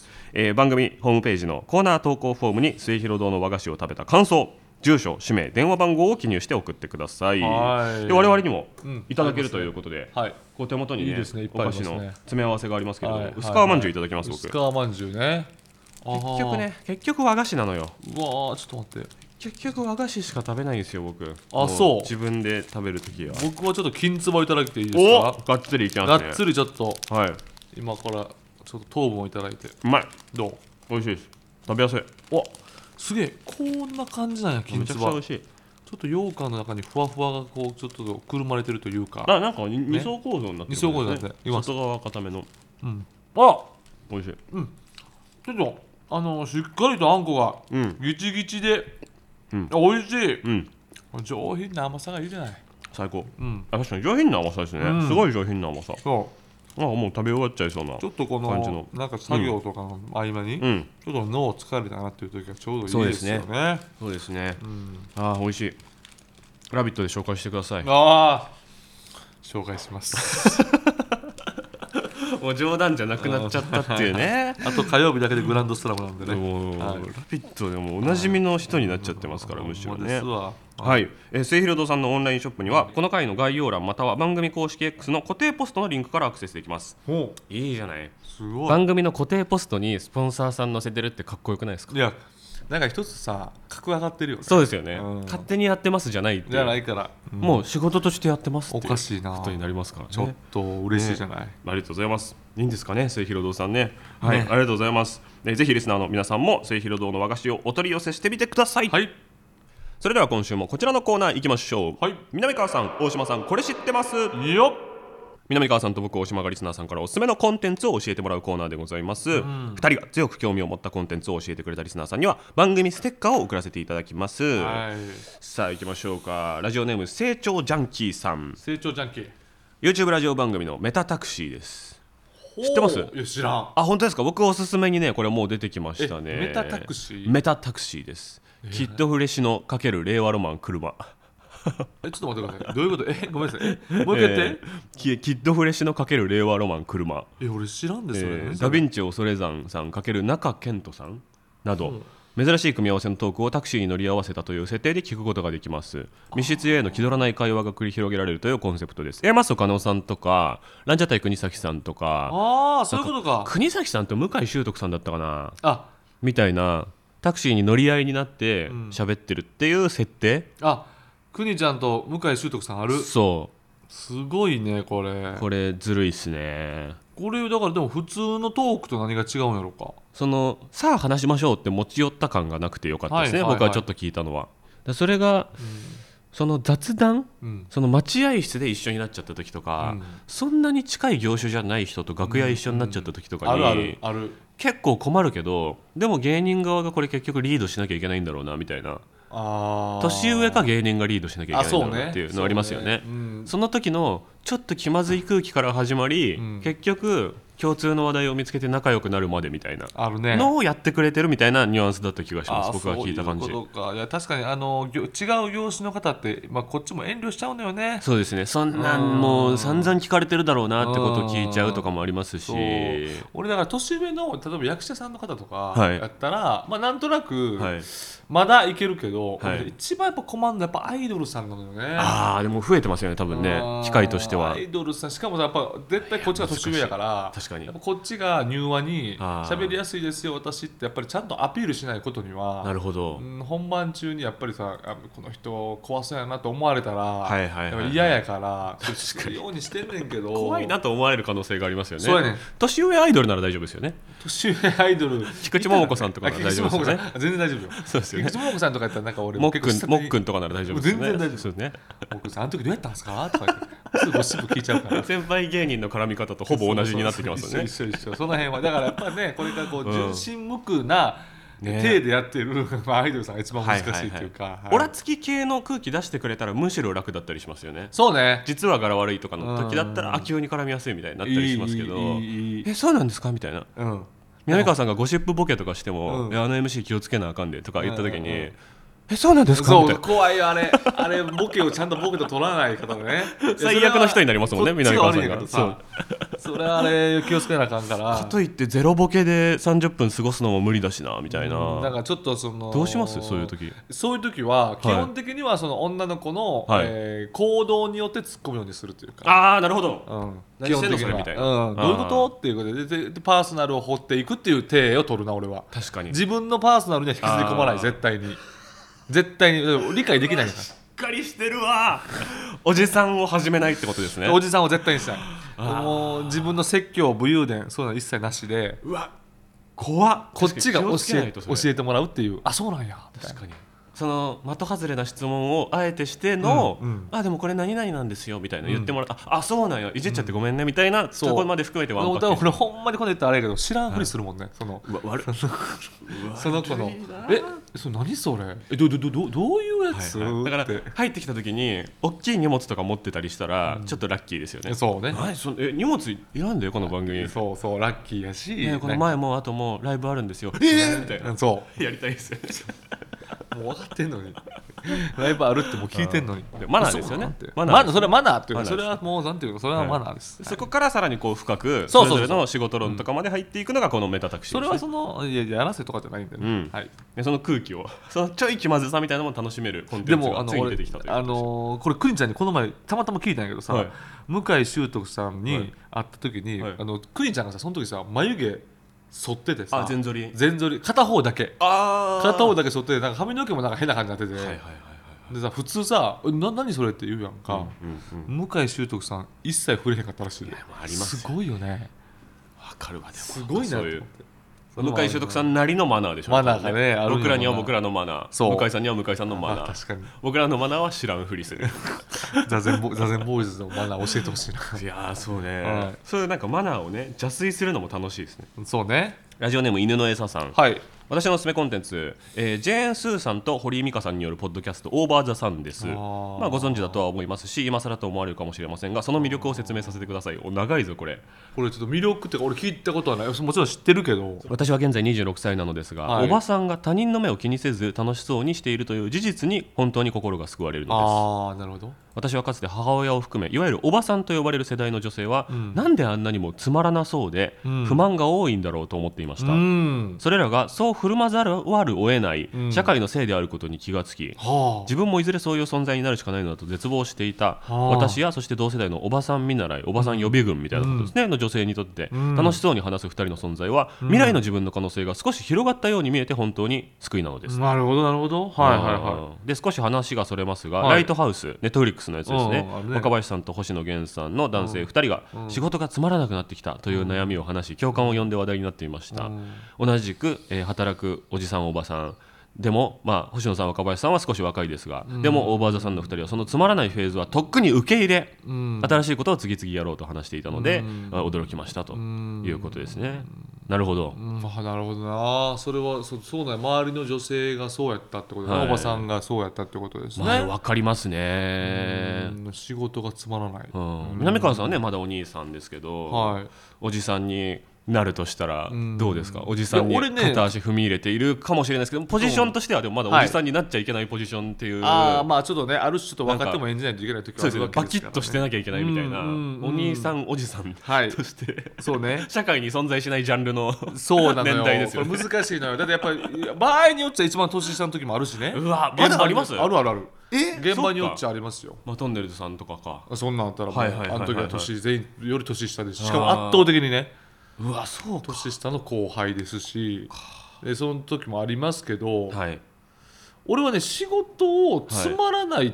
Speaker 1: 番組ホームページのコーナー投稿フォームに末広堂の和菓子を食べた感想、住所、氏名、電話番号を記入して送ってください。で我々にもいただけるということで、こう手元にね、お菓子の詰め合わせがありますけれども、薄皮まんじゅういただきます。
Speaker 2: 薄皮まんじゅうね。
Speaker 1: 結局和菓子なのよ。
Speaker 2: うわ、ちょっと待って、
Speaker 1: 結局和菓子しか食べないんですよ僕。
Speaker 2: そう。
Speaker 1: 自分で食べるときは。
Speaker 2: 僕はちょっと金つばいただいていいですか。
Speaker 1: がっつりいきますね。
Speaker 2: がっつりちょっと、
Speaker 1: はい、
Speaker 2: 今からちょっと糖分をいただいて。
Speaker 1: うまい。
Speaker 2: どう？
Speaker 1: 美味しいです。食べやすい。
Speaker 2: すげえ、こんな感じなんや、金つば。
Speaker 1: めちゃくちゃ美味しい。
Speaker 2: ちょっと羊羹の中にふわふわがこうちょっとくるまれてるというか、
Speaker 1: なんか二層構造になってる、ね、
Speaker 2: 二層構造になって、
Speaker 1: 外側固めの。美味しい。
Speaker 2: ちょっとしっかりとあんこがギチギチで、美味しい。上品な甘さがいいじゃない。
Speaker 1: 最高。確かに上品な甘さですね。すごい上品な甘さ。もう食べ終わっちゃいそうな
Speaker 2: ちょっとこのなんか作業とかの合間に、ちょっと脳疲れたなっていう時はちょうどいいですよね。
Speaker 1: そうですね。美味しい。ラビットで紹介してください。
Speaker 2: 紹介します
Speaker 1: もう冗談じゃなくなっちゃったっていうね
Speaker 2: あと火曜日だけでグランドスラムなんでね、
Speaker 1: ラビットでもおなじみの人になっちゃってますから、むしろね。はい、末広堂さんのオンラインショップにはこの回の概要欄または番組公式 X の固定ポストのリンクからアクセスできます。いいじゃない。
Speaker 2: すごい。
Speaker 1: 番組の固定ポストにスポンサーさん載せてるってかっこよくないですか。
Speaker 2: いや、なんか一つさ、格上がってるよね。
Speaker 1: そうですよね、勝手にやってますじゃないっていう、
Speaker 2: じゃないから、
Speaker 1: もう仕事としてやってますっていう
Speaker 2: おかしいな
Speaker 1: ことになりますからね。
Speaker 2: ちょっと嬉しいじゃない、
Speaker 1: ありがとうございます。いいんですかね、末広堂さんね。はい、ありがとうございます。ぜひリスナーの皆さんも末広堂の和菓子をお取り寄せしてみてください。それでは今週もこちらのコーナー行きましょう。南川さん、大島さん、これ知ってますよ。南川さんと僕、大島がリスナーさんからおすすめのコンテンツを教えてもらうコーナーでございます。2人が強く興味を持ったコンテンツを教えてくれたリスナーさんには番組ステッカーを送らせていただきます。さあ行きましょうか。ラジオネーム成長ジャンキーさん。
Speaker 2: 成長ジャンキー、
Speaker 1: YouTube ラジオ番組のメタタクシーです。知ってます？
Speaker 2: いや、知らん。
Speaker 1: 本当ですか。僕おすすめにね、これもう出てきましたね。
Speaker 2: メタタクシー。
Speaker 1: メタタクシーです。キッドフレッシュのかける令和ロマン車
Speaker 2: ちょっと待ってください。どういうこと？ごめんなさい。もう一回言って。
Speaker 1: キッドフレッシュのかける令和ロマン車。
Speaker 2: 俺知らんですよね。
Speaker 1: ダヴィンチ恐山さんかける中健人さんなど、珍しい組み合わせのトークをタクシーに乗り合わせたという設定で聞くことができます。密室への気取らない会話が繰り広げられるというコンセプトです。マッソ加納さんとかランジャタイ国崎さんとか、
Speaker 2: そういうことか。
Speaker 1: 国崎さんと向井秀徳さんだったかな、みたいなタクシーに乗り合いになって喋ってるっていう設定。
Speaker 2: 国ちゃんと向井秀徳さんある。
Speaker 1: そう
Speaker 2: すごいね。これ
Speaker 1: ずるいっすね。
Speaker 2: これだからでも普通のトークと何が違うんやろか。
Speaker 1: さあ話しましょうって持ち寄った感がなくてよかったですね、僕はちょっと聞いたのは。それが、その雑談、その待合室で一緒になっちゃった時とか、そんなに近い業種じゃない人と楽屋一緒になっちゃった時とかに、結構困るけど、でも芸人側がこれ結局リードしなきゃいけないんだろうなみたいな。年上か芸人がリードしなきゃいけないんだろうなっていうのありますよね。その時のちょっと気まずい空気から始まり、結局共通の話題を見つけて仲良くなるまでみたいなのをやってくれてるみたいなニュアンスだった気がします。僕が聞いた感じ。
Speaker 2: そういうことか。いや確かに違う業種の方って、こっちも遠慮しちゃうのよね。
Speaker 1: そうですね。そんなんもう散々聞かれてるだろうなってことを聞いちゃうとかもありますし、
Speaker 2: 俺だから年上の例えば役者さんの方とかやったら、なんとなく、 まだいけるけど、
Speaker 1: はい、
Speaker 2: 一番やっぱ困るのはやっぱアイドルさんなのよね。
Speaker 1: ああでも増えてますよね多分ね、機会としては。
Speaker 2: アイドルさんしかもやっぱ絶対こっちが年上やから、
Speaker 1: 確かに
Speaker 2: やっぱこっちが柔和に喋りやすいですよ私ってやっぱりちゃんとアピールしないことには、
Speaker 1: なるほど、
Speaker 2: 本番中にやっぱりさこの人怖そうやなと思われたら、
Speaker 1: はいはいはいはい、
Speaker 2: 嫌やからするようにしてんねんけど
Speaker 1: 怖いなと思われる可能性がありますよね。
Speaker 2: そうやねん。
Speaker 1: 年上アイドルなら大丈夫ですよね。
Speaker 2: 年上アイドル
Speaker 1: 菊池桃子さんとかなら大丈夫ですよね。
Speaker 2: 全然大丈夫よ。
Speaker 1: そうですよね。
Speaker 2: 菊池桃子さんとかやったらなんか俺
Speaker 1: もっくんとかなら大丈夫ですよね。
Speaker 2: 全然大丈夫
Speaker 1: そうね。
Speaker 2: もっくんさんあの時どうやったんですかとか言ってすぐゴシップ聞いちゃうから。
Speaker 1: 先輩芸人の絡み方とほぼ同じになってきますよね。
Speaker 2: 一緒その辺はだからやっぱねこれからこう純真無垢な手でやってるアイドルさんが一番難しいっていうか、
Speaker 1: オラつき系の空気出してくれたらむしろ楽だったりしますよね。
Speaker 2: そうね。
Speaker 1: 実は柄悪いとかの時だったら急に絡みやすいみたいになったりしますけど、そうなんですかみたいな、南川さんがゴシップボケとかしても、あの MC 気をつけなあかんでとか言った時に、そうなんですか。
Speaker 2: そう怖いよあれボケをちゃんとボケと取らない方ね
Speaker 1: 最悪の人になりますもんね南川さんが。
Speaker 2: それはあれ気をつけなあかんから
Speaker 1: かといってゼロボケで30分過ごすのも無理だしなみたいな。
Speaker 2: だからちょっと
Speaker 1: どうしますそういう時
Speaker 2: は基本的にはその女の子の、行動によって突っ込むようにするというか。
Speaker 1: ああなるほど、
Speaker 2: 基本的には、どういうことっていうことでパーソナルを掘っていくっていう体を取るな俺は。
Speaker 1: 確かに
Speaker 2: 自分のパーソナルには引きずり込まない絶対に理解できないから。し
Speaker 1: っかりしてるわおじさんを始めないってことですね。
Speaker 2: おじさんを絶対にしたい。もう自分の説教武勇伝そういうの一切なしで、
Speaker 1: うわ怖っ
Speaker 2: こっちが教えてもらうっていう。あそうなんや
Speaker 1: 確かにその的外れな質問をあえてしての、でもこれ何々なんですよみたいな言ってもらった、そうなんやいじっちゃってごめんねみたいな、そこまで含めてワンパッケージ。
Speaker 2: 俺ほんまにこの言ったらあれやけど知らんふりするもんね、そのその子のそれ何それどういうやつ、
Speaker 1: だから入ってきた時に大きい荷物とか持ってたりしたらちょっとラッキーですよね。
Speaker 2: そうね。
Speaker 1: 荷物いらんでこの番組。
Speaker 2: そうラッキーやし、
Speaker 1: この前も後もライブあるんですよみたいな。そうやりたいですよね
Speaker 2: もう分かってんのにライブあるってもう聞いてんのに。
Speaker 1: マナーですよね。
Speaker 2: それはマナーっていうかそれはもうなんていうかそれはマナーです。
Speaker 1: そこからさらにこう深くそれぞれの仕事論とかまで入っていくのがこのメタタクシーですね。
Speaker 2: それはやらせとかじゃないんでね。
Speaker 1: その空気をそのちょい気まずさみたいなのも楽しめるコンテンツがついに出てきたという
Speaker 2: これクリンちゃんにこの前たまたま聞いたんやけどさ、向井秀徳さんに会った時にクリンちゃんがさその時さ眉毛剃っててさ、
Speaker 1: 全剃り
Speaker 2: 片方だけ剃っててなんか髪の毛もなんか変な感じになってて、でさ普通さ何それって言うやんか、向井秀徳さん一切触れへんかったらしい。すごいよね。
Speaker 1: わかるわ。でも
Speaker 2: すごいなと思って。
Speaker 1: 向井秀徳さんなりのマナーでしょ。
Speaker 2: マナーがね、
Speaker 1: 僕らには僕らのマナー、向井さんには向井さんのマナー。
Speaker 2: 確かに
Speaker 1: 僕らのマナーは知らんふりする
Speaker 2: 座禅ボーイズのマナー教えてほしいな。
Speaker 1: いやそうね、そういうなんかマナーをね邪推するのも楽しいですね。
Speaker 2: そうね。
Speaker 1: ラジオネーム犬の餌さん、私のおすすめコンテンツ、ジェーン・スーさんと堀井美香さんによるポッドキャストオーバー・ザ・サンです。ご存知だとは思いますし今更と思われるかもしれませんがその魅力を説明させてください。長いぞこれ
Speaker 2: ちょっと魅力ってか俺聞いたことはない。もちろん知ってるけど
Speaker 1: 私は現在26歳なのですが、おばさんが他人の目を気にせず楽しそうにしているという事実に本当に心が救われるのです。
Speaker 2: なるほど。
Speaker 1: 私はかつて母親を含めいわゆるおばさんと呼ばれる世代の女性は、なんであんなにもつまらなそうで、不満が多いんだろうと思っていました。それらがそう振る舞ざるを得ない、社会のせいであることに気がつき、自分もいずれそういう存在になるしかないのだと絶望していた、私やそして同世代のおばさん見習いおばさん予備軍みたいなことですね、の女性にとって、楽しそうに話す2人の存在は、未来の自分の可能性が少し広がったように見えて本当に救いなのです。
Speaker 2: なるほどなるほど。
Speaker 1: で少し話がそれますが、ライトハウスネットフリックスのやつですね。若林さんと星野源さんの男性2人が仕事がつまらなくなってきたという悩みを話し共感を呼んで話題になっていました。同じく、働くおじさんおばさんでも、星野さん若林さんは少し若いですが、でもオーバーザさんの2人はそのつまらないフェーズはとっくに受け入れ、新しいことを次々やろうと話していたので、驚きましたということですね。なるほど、
Speaker 2: なるほどな。それはそうだね。周りの女性がそうやったってことで、おばさんがそうやったってことですね。
Speaker 1: わかりますね。
Speaker 2: 仕事がつまらない。
Speaker 1: 南川さんはねまだお兄さんですけど、おじさんになるとしたらどうですか、おじさんに片足踏み入れているかもしれないですけど、ポジションとしてはでもまだおじさんになっちゃいけないポジションっていう、
Speaker 2: まあちょっとね、ある種ちょっと分かっても演じないといけない時はあるわけ
Speaker 1: バ
Speaker 2: ですからね。
Speaker 1: キッとしてなきゃいけないみたいな、お兄さんおじさんとして、
Speaker 2: そうね、
Speaker 1: 社会に存在しないジャンルの
Speaker 2: そうなのよ
Speaker 1: 年代ですよね。
Speaker 2: これ難しいのよ。だってやっぱり場合によっちゃ一番年下の時もあるしね。
Speaker 1: うわ、まだあります？
Speaker 2: あるあるある。現場によっちゃありますよ。
Speaker 1: トンネルズさんとかか。
Speaker 2: そんなんあったらもうあの時は年全員より年下ですし、しかも圧倒的にね、
Speaker 1: うわ、そうか、
Speaker 2: 年下の後輩ですし、でその時もありますけど、
Speaker 1: はい、
Speaker 2: 俺はね、仕事をつまらないって、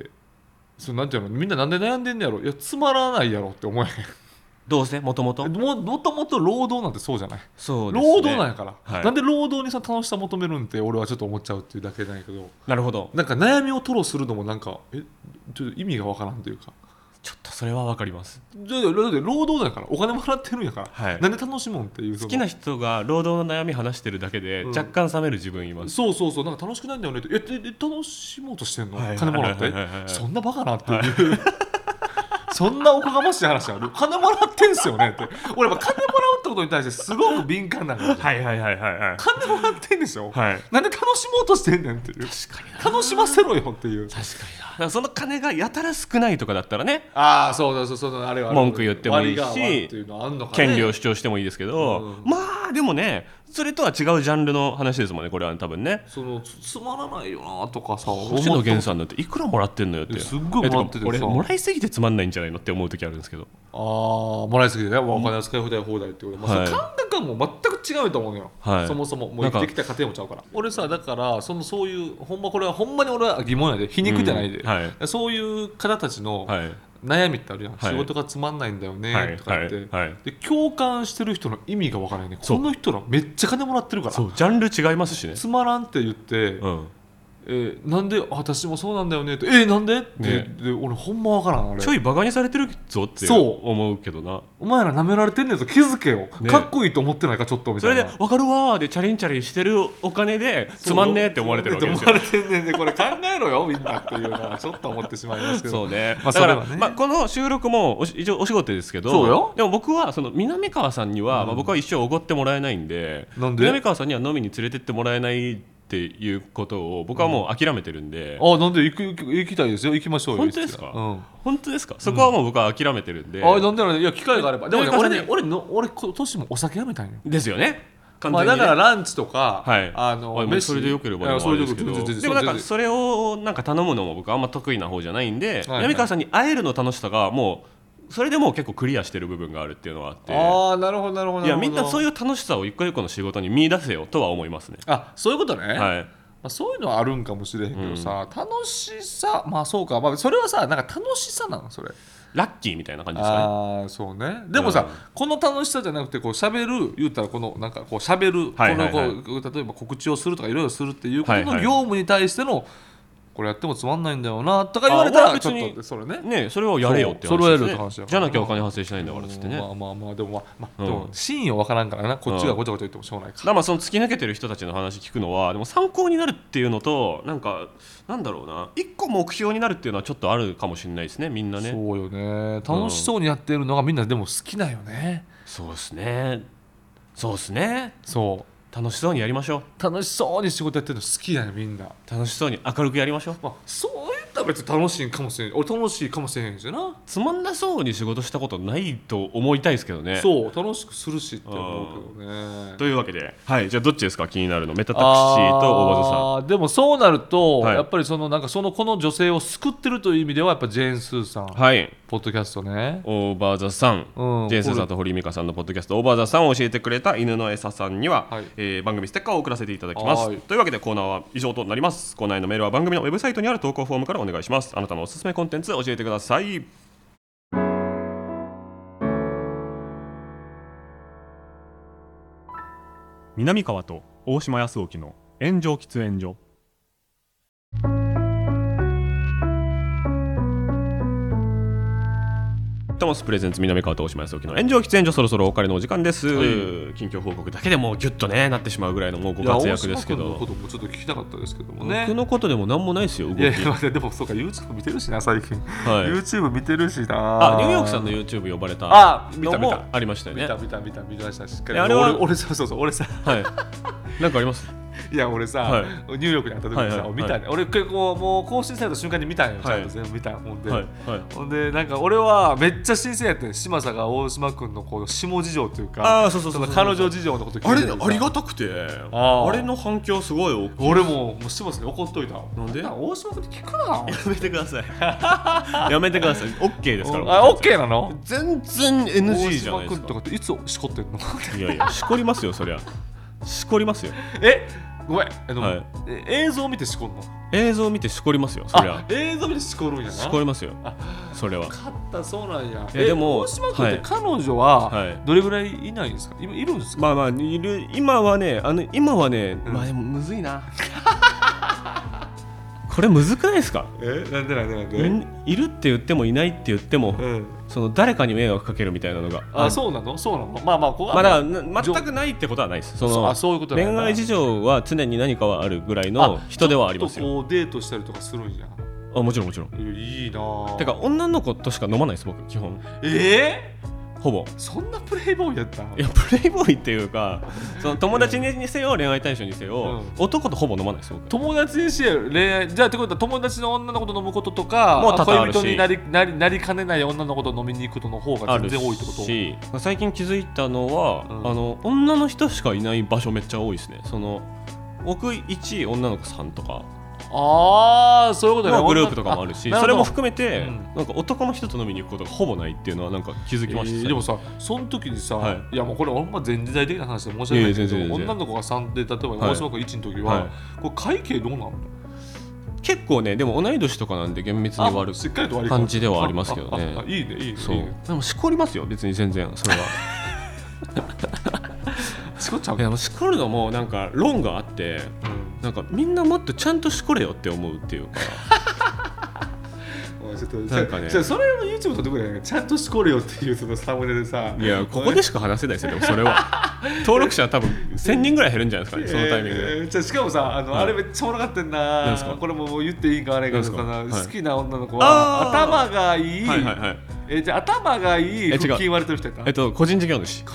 Speaker 2: なんていうの、みんななんで悩んでんねやろ。いや、つまらないやろって思えへん。
Speaker 1: どうせもともと
Speaker 2: 労働なんてそうじゃない。
Speaker 1: そうですね、
Speaker 2: 労働なんやから、
Speaker 1: はい、
Speaker 2: なんで労働にさ楽しさ求めるんって俺はちょっと思っちゃうっていうだけなんやけど。
Speaker 1: なるほど。
Speaker 2: なんか悩みを吐露するのもなんかちょっと意味がわからんというか、
Speaker 1: ちょっとそれはわかります。
Speaker 2: だって労働だからお金もらってるんやから、はい、なんで楽しむんっていう。
Speaker 1: 好きな人が労働の悩み話してるだけで若干冷める自分います、
Speaker 2: そうそうそう、なんか楽しくないんだよねって、楽しもうとしてんの、金もらって、そんなバカなっていう、そんなおこがましい話ある？金もらってんすよねって。俺やっぱ金もらうってことに対してすごく敏感なんだよ。
Speaker 1: 金
Speaker 2: もらってんでしょ、
Speaker 1: はい、
Speaker 2: なんで楽しもうとしてんねんっていう。
Speaker 1: 確かに
Speaker 2: 楽しませろよっていう。
Speaker 1: 確かにな。だからその金がやたら少ないとかだったらね、
Speaker 2: ああそうあれは
Speaker 1: 文句言ってもいいし、権利を主張してもいいですけど、まあでもね、それとは違うジャンルの話ですもんね、これは多分ね。
Speaker 2: つまらないよなとかさ、
Speaker 1: 星野源さんだっていくらもらってんのよって。
Speaker 2: すっごいもらっててさ、
Speaker 1: 俺もらいすぎてつまんないんじゃないのって思う時あるんですけど。
Speaker 2: もらいすぎてね、お金使い放題ってこと、感覚はもう全く違うと思うのよ、そもそももう生きてきた家庭もちゃうから。俺さ、だからそういうほんまこれはほんまに俺は疑問やで、皮肉じゃないで、そういう方たちの悩みってあるやん、仕事がつまんないんだよねとか言って、で共感してる人の意味が分からないね。この人らめっちゃ金もらってるから、
Speaker 1: そうジャンル違いますしね。
Speaker 2: つまらんって言って、なんで私もそうなんだよねって、なんでって、で俺ほんま分からん。あれ
Speaker 1: ちょいバカにされてるぞって思うけどな。
Speaker 2: お前ら舐められてんねんぞ、気づけよ、かっこいいと思ってないかちょっとみたいな。
Speaker 1: それで分かるわーでチャリンチャリンしてるお金でつまんねえって思われてるわけですよ。
Speaker 2: 思われてんねんで、これ考えろよみんなっていうのはちょっと思ってしまいますけど。
Speaker 1: そうね、だから、この収録も一応お仕事ですけど、
Speaker 2: そうよ。
Speaker 1: でも僕はその南川さんには、僕は一生おごってもらえないんで、南川さんには飲みに連れてってもらえないっていうことを僕はもう諦めてるんで、
Speaker 2: なんで行きたいですよ、行きましょうよ。
Speaker 1: 本当ですか？本当ですか？そこはもう僕は諦めてるんで。
Speaker 2: なんでなんで、いや機会があれば。でもね、俺今年もお酒やめたんよ。
Speaker 1: ですよね。
Speaker 2: だからランチとか、
Speaker 1: それでよければでもあれですけど、でもなんかそれをなんか頼むのも僕はあんま得意な方じゃないんで、南川さんに会えるの楽しさがもうそれでもう結構クリアしてる部分があるっていうのはあって、
Speaker 2: なるほど。
Speaker 1: いやみんなそういう楽しさを一個一個の仕事に見出せよとは思いますね。
Speaker 2: そういうことね。
Speaker 1: はい。
Speaker 2: そういうのはあるんかもしれへんけどさ、楽しさ、そうか、それはさ、なんか楽しさなのそれ。
Speaker 1: ラッキーみたいな感じですかね。
Speaker 2: そうね。でもさ、この楽しさじゃなくてこう喋る、言ったらこのなんかこう喋る、例えば告知をするとかいろいろするっていうことの業務に対してのこれやってもつまんないんだよなとか言われたらちょっとそれね、
Speaker 1: それをやれよって話ですね。
Speaker 2: 話
Speaker 1: じゃなきゃお金発生しないんだからっつってね。
Speaker 2: でも真意は分からんからな、こっちがごちゃごちゃ言ってもしょうがないか。
Speaker 1: まあその突き抜けてる人たちの話聞くのはでも参考になるっていうのと、なんだろうな、一個目標になるっていうのはちょっとあるかもしれないですね、みんなね。
Speaker 2: そうよね、楽しそうにやってるのがみんなでも好きだよね。
Speaker 1: そうですね。
Speaker 2: そう
Speaker 1: 楽しそうにやりましょう。
Speaker 2: 楽しそうに仕事やってるの好きだよみんな。
Speaker 1: 楽しそうに明るくやりましょう。
Speaker 2: そういったら別に楽しいかもしれない。俺楽しいかもしれへんしな。
Speaker 1: つまんなそうに仕事したことないと思いたいですけどね。
Speaker 2: そう楽しくするしって思うけどね。
Speaker 1: というわけで、じゃあどっちですか、気になるの。メタタクシーと大場さん。
Speaker 2: でもそうなると、やっぱりこの女性を救ってるという意味ではやっぱジェーン・スーさん、ポッドキャストね、
Speaker 1: オーバーザさん、ジェーン・スーさんと堀井美香さんのポッドキャストオーバーザさんを教えてくれた犬の餌さんには、番組ステッカーを送らせていただきます。というわけでコーナーは以上となります。コーナーへのメールは番組のウェブサイトにある投稿フォームからお願いします。あなたのおすすめコンテンツ教えてください。
Speaker 3: 南川と大島康沖の炎上喫煙所。
Speaker 1: トモスプレゼンツ南川と大島康之の炎上喫煙所、そろそろお別れのお時間です、近況報告だけでもうギュッとねなってしまうぐらいのもうご活躍ですけど、
Speaker 2: 大島君のこともちょっと聞きたかったですけどもね。
Speaker 1: 僕のことでもなんもないですよ動き。
Speaker 2: いやでもそうか YouTube 見てるしな最近、はい、YouTube 見てるしな。
Speaker 1: ニューヨークさんの YouTube 呼ばれたのもありましたよね。
Speaker 2: 見ましたしっかり。
Speaker 1: あれは
Speaker 2: 俺さ
Speaker 1: はいなんかあります？
Speaker 2: いや俺さ、はい、ニューヨークに会った時にさ、はい、見たね、はい、俺結構もう更新された瞬間に見たんよ、ちゃんと全部見たほんで、はいはい、ほんでなんか俺はめっちゃ新鮮やったね。嶋佐が大島君のこう下事情というか、そう彼女事情のこと聞いて
Speaker 1: ありがたくて、あれの反響すごい大きい。
Speaker 2: 俺もう嶋佐に怒っといた。
Speaker 1: なんで？
Speaker 2: 大島君って聞くな。
Speaker 1: やめてくださいやめてください。 OK ですから。
Speaker 2: OK なの？
Speaker 1: 全然 NG じゃないですか。
Speaker 2: 大島君とかっていつしこってんの？
Speaker 1: いやしこりますよそりゃ。しこりますよ。
Speaker 2: ごめん、はい、映像見てしこんの？
Speaker 1: 映像見てしこりますよそりゃ。
Speaker 2: 映像見てしこるんやな。し
Speaker 1: こりますよそれは。
Speaker 2: 勝ったそうなんや。
Speaker 1: でも
Speaker 2: 大島君って彼女はどれぐらいいないんですか？今いるんですか？
Speaker 1: まあいる。今はねまあでもむずいなこれむずくないですか？
Speaker 2: なんで
Speaker 1: いるって言ってもいないって言っても、その誰かに迷惑かけるみたいなのが。
Speaker 2: そうなのまあ
Speaker 1: だから全くないってことはないです。
Speaker 2: そういうこと。
Speaker 1: 恋愛事情は常に何かはあるぐらいの人ではありますよ。
Speaker 2: ちょっとこうデートしたりとかするんや。
Speaker 1: もちろん
Speaker 2: いいな。
Speaker 1: てか女の子としか飲まないです僕基本。ほぼ。
Speaker 2: そんなプレイボーイやった？
Speaker 1: いやプレイボーイっていうかその友達にせよ恋愛対象にせよ、男とほぼ飲まないです僕。
Speaker 2: 友達にせよ恋愛じゃあってことは友達の女の子と飲むこととか
Speaker 1: もう多々あるし、
Speaker 2: 恋人になりかねない女の子と飲みに行くことの方が全然多いってこと？
Speaker 1: し最近気づいたのは、女の人しかいない場所めっちゃ多いですね。僕1女の子3とか。
Speaker 2: そういうことね。
Speaker 1: グループとかもあるし、それも含めて、なんか男の人と飲みに行くことがほぼないっていうのはなんか気づきました。
Speaker 2: でもさその時にさ、いやもうこれほんま全時代的な話で申し訳ないけど、女の子が3で例えば大島君1の時は、これ会計どうなの？
Speaker 1: 結構ねでも同い年とかなんで厳密に割る感じではありますけどね。
Speaker 2: いいね。
Speaker 1: そうでもしこりますよ別に全然それは
Speaker 2: しこっちゃう。
Speaker 1: でもしこるのもなんか論があって、なんかみんなもっとちゃんとしこれよって思うっていうか
Speaker 2: ちょっとなんかね、それを YouTube 撮ってくれ。ちゃんとしこれよっていうそのサムネでさ。
Speaker 1: いやここでしか話せないですよ。でもそれは登録者は多分1000人ぐらい減るんじゃないですかね、そのタイミングで。
Speaker 2: しかもさあれめっちゃおもろかったんな。これも言っていいかあれか好きな女の子は頭がいい。じゃあ頭がいい腹筋割れてる人やった？
Speaker 1: 個人事業主。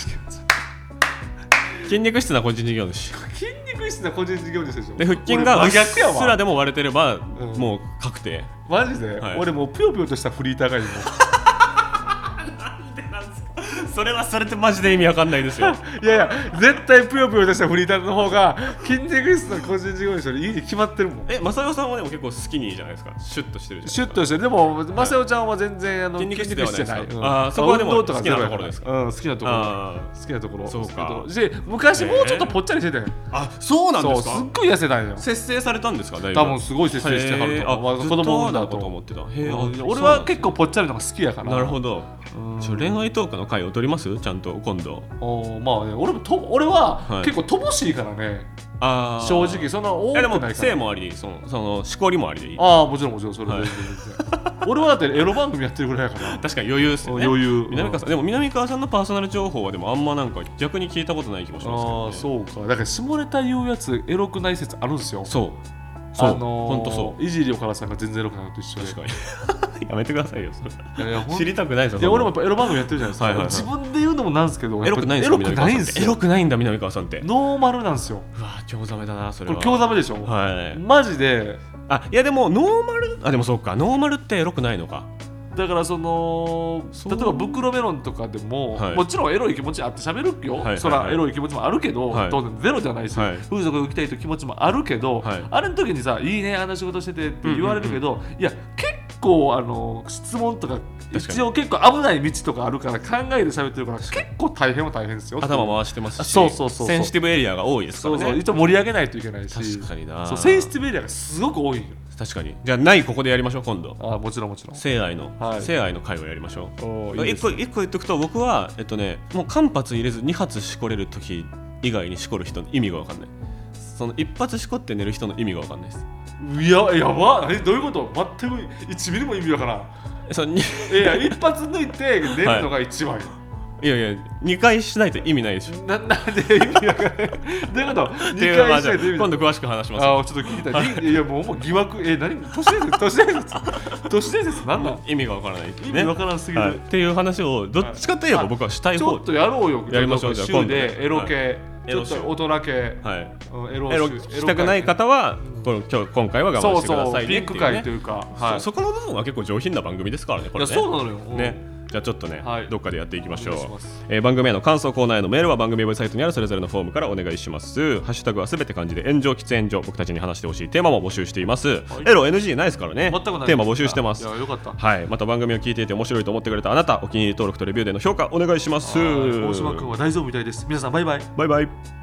Speaker 1: 筋肉質な個人事業主。
Speaker 2: 筋肉質な個人事業主でしょ。
Speaker 1: で腹筋がうっすらでも割れてればもう確定。
Speaker 2: マジで？俺もうぷよぷよとしたフリーターがいいの。
Speaker 1: なんでなんですか？それはそれってマジで意味わかんないですよ。
Speaker 2: いや絶対ぷよぷよとしたフリーターの方が筋肉質な個人事業主よりいいに決まってるもん。
Speaker 1: 正代さんはでも結構スキニーじゃないですか。シュッとしてる。
Speaker 2: シュッとしてる。でも正代ちゃんは全然
Speaker 1: 筋肉質ではないです
Speaker 2: か。
Speaker 1: そこはでも好きなところですか？
Speaker 2: 好きなところ。
Speaker 1: そうか。
Speaker 2: 昔もうちょっとぽっちゃりしてたよ。
Speaker 1: そうなんですか？
Speaker 2: すっごい痩せたんよ。
Speaker 1: 節制されたんですか？多
Speaker 2: 分すごい節制してはると思う。子供だと思ってた。俺は結構ぽっちゃりのが好きやから。
Speaker 1: なるほど。恋愛トークの回を取りますちゃんと今度。
Speaker 2: まあね俺は結構乏しいからね。正直そんな多くないから。でも
Speaker 1: 性もありそのしこりもありでいい。
Speaker 2: もちろんそれで俺はだってエロ番組やってるぐらいやから。
Speaker 1: 確かに余裕ですよね。南川さんでも南川さんのパーソナル情報はでもあんまなんか逆に聞いたことない気もしますけどね。
Speaker 2: そうか。だから下ネタ言うやつエロくない説あるんですよ。
Speaker 1: 本当そう。
Speaker 2: いじりおからさんが全然エロくないのと一緒で。
Speaker 1: 確かにやめてくださいよそれ。知りたくないですよ。
Speaker 2: 俺もやっぱエロ番組やってるじゃないですか。自分で言うのもなんですけど
Speaker 1: エロくないんですよ。エロくないんだ南川さんって。
Speaker 2: ノーマルなんですよ。
Speaker 1: うわ興ざめだなそれは。
Speaker 2: これ興ざめでしょ。マジで。
Speaker 1: いやでもノーマルでもそうかノーマルってエロくないのか。
Speaker 2: だから例えばブクロメロンとかでも、もちろんエロい気持ちあって喋るよ。そらエロい気持ちもあるけど、当然ゼロじゃないし、風俗行きたいという気持ちもあるけど、あれの時にさいいねあんな仕事しててって言われるけど、いや結構質問とか一応結構危ない道とかあるから考えて喋ってるから結構大変は大変ですよ。
Speaker 1: 頭回してますし、センシティブエリアが多いですからね。
Speaker 2: 一応盛り上げないといけないし。
Speaker 1: 確かにな。
Speaker 2: センシティブエリアがすごく多いよ。
Speaker 1: 確かに。じゃあないここでやりましょう今度。
Speaker 2: もちろん性愛の
Speaker 1: 会をやりましょう。一個言っておくと僕はもう間髪入れず2発しこれる時以外にしこる人の意味が分かんない。その一発しこって寝る人の意味が分かんないです。
Speaker 2: いややばどういうこと？全く1ミリも意味わからん。 いや一発抜いて出るのが一番よ、
Speaker 1: いやいや2回しないと意味ないでしょ。
Speaker 2: なんで意味わかんないどういうこと2回しないと意味ない。
Speaker 1: 今度詳しく話します。
Speaker 2: ああちょっと聞きたい、いやもう疑惑何都市伝説なんだ
Speaker 1: 意味がわからない、ね、
Speaker 2: 意味わからんすぎる、
Speaker 1: っていう話をどっちかといえば僕はしたい方。
Speaker 2: ちょっとやろうよ。
Speaker 1: やりましょう。
Speaker 2: じゃあ今度でエロ系、ちょっと大人系、エ
Speaker 1: ロ聞きたくない方は今回は我慢してくださいねっていうね。
Speaker 2: ピンク会というか、
Speaker 1: そこの部分は結構上品な番組ですからねこれね。
Speaker 2: いやそうなのよ
Speaker 1: ね。じゃあちょっとね、どっかでやっていきましょう。番組への感想コーナーへのメールは番組ウェブサイトにあるそれぞれのフォームからお願いします。ハッシュタグはすべて漢字で炎上喫煙所、僕たちに話してほしいテーマも募集しています。エロ NG ないですからね。
Speaker 2: 全くない。
Speaker 1: テーマ募集してます。
Speaker 2: いやよかった。
Speaker 1: はい。また番組を聞いていて面白いと思ってくれたあなた、お気に入り登録とレビューでの評価お願いします。
Speaker 2: 大島君は大丈夫みたいです。皆さんバイバイ。
Speaker 1: バイバイ。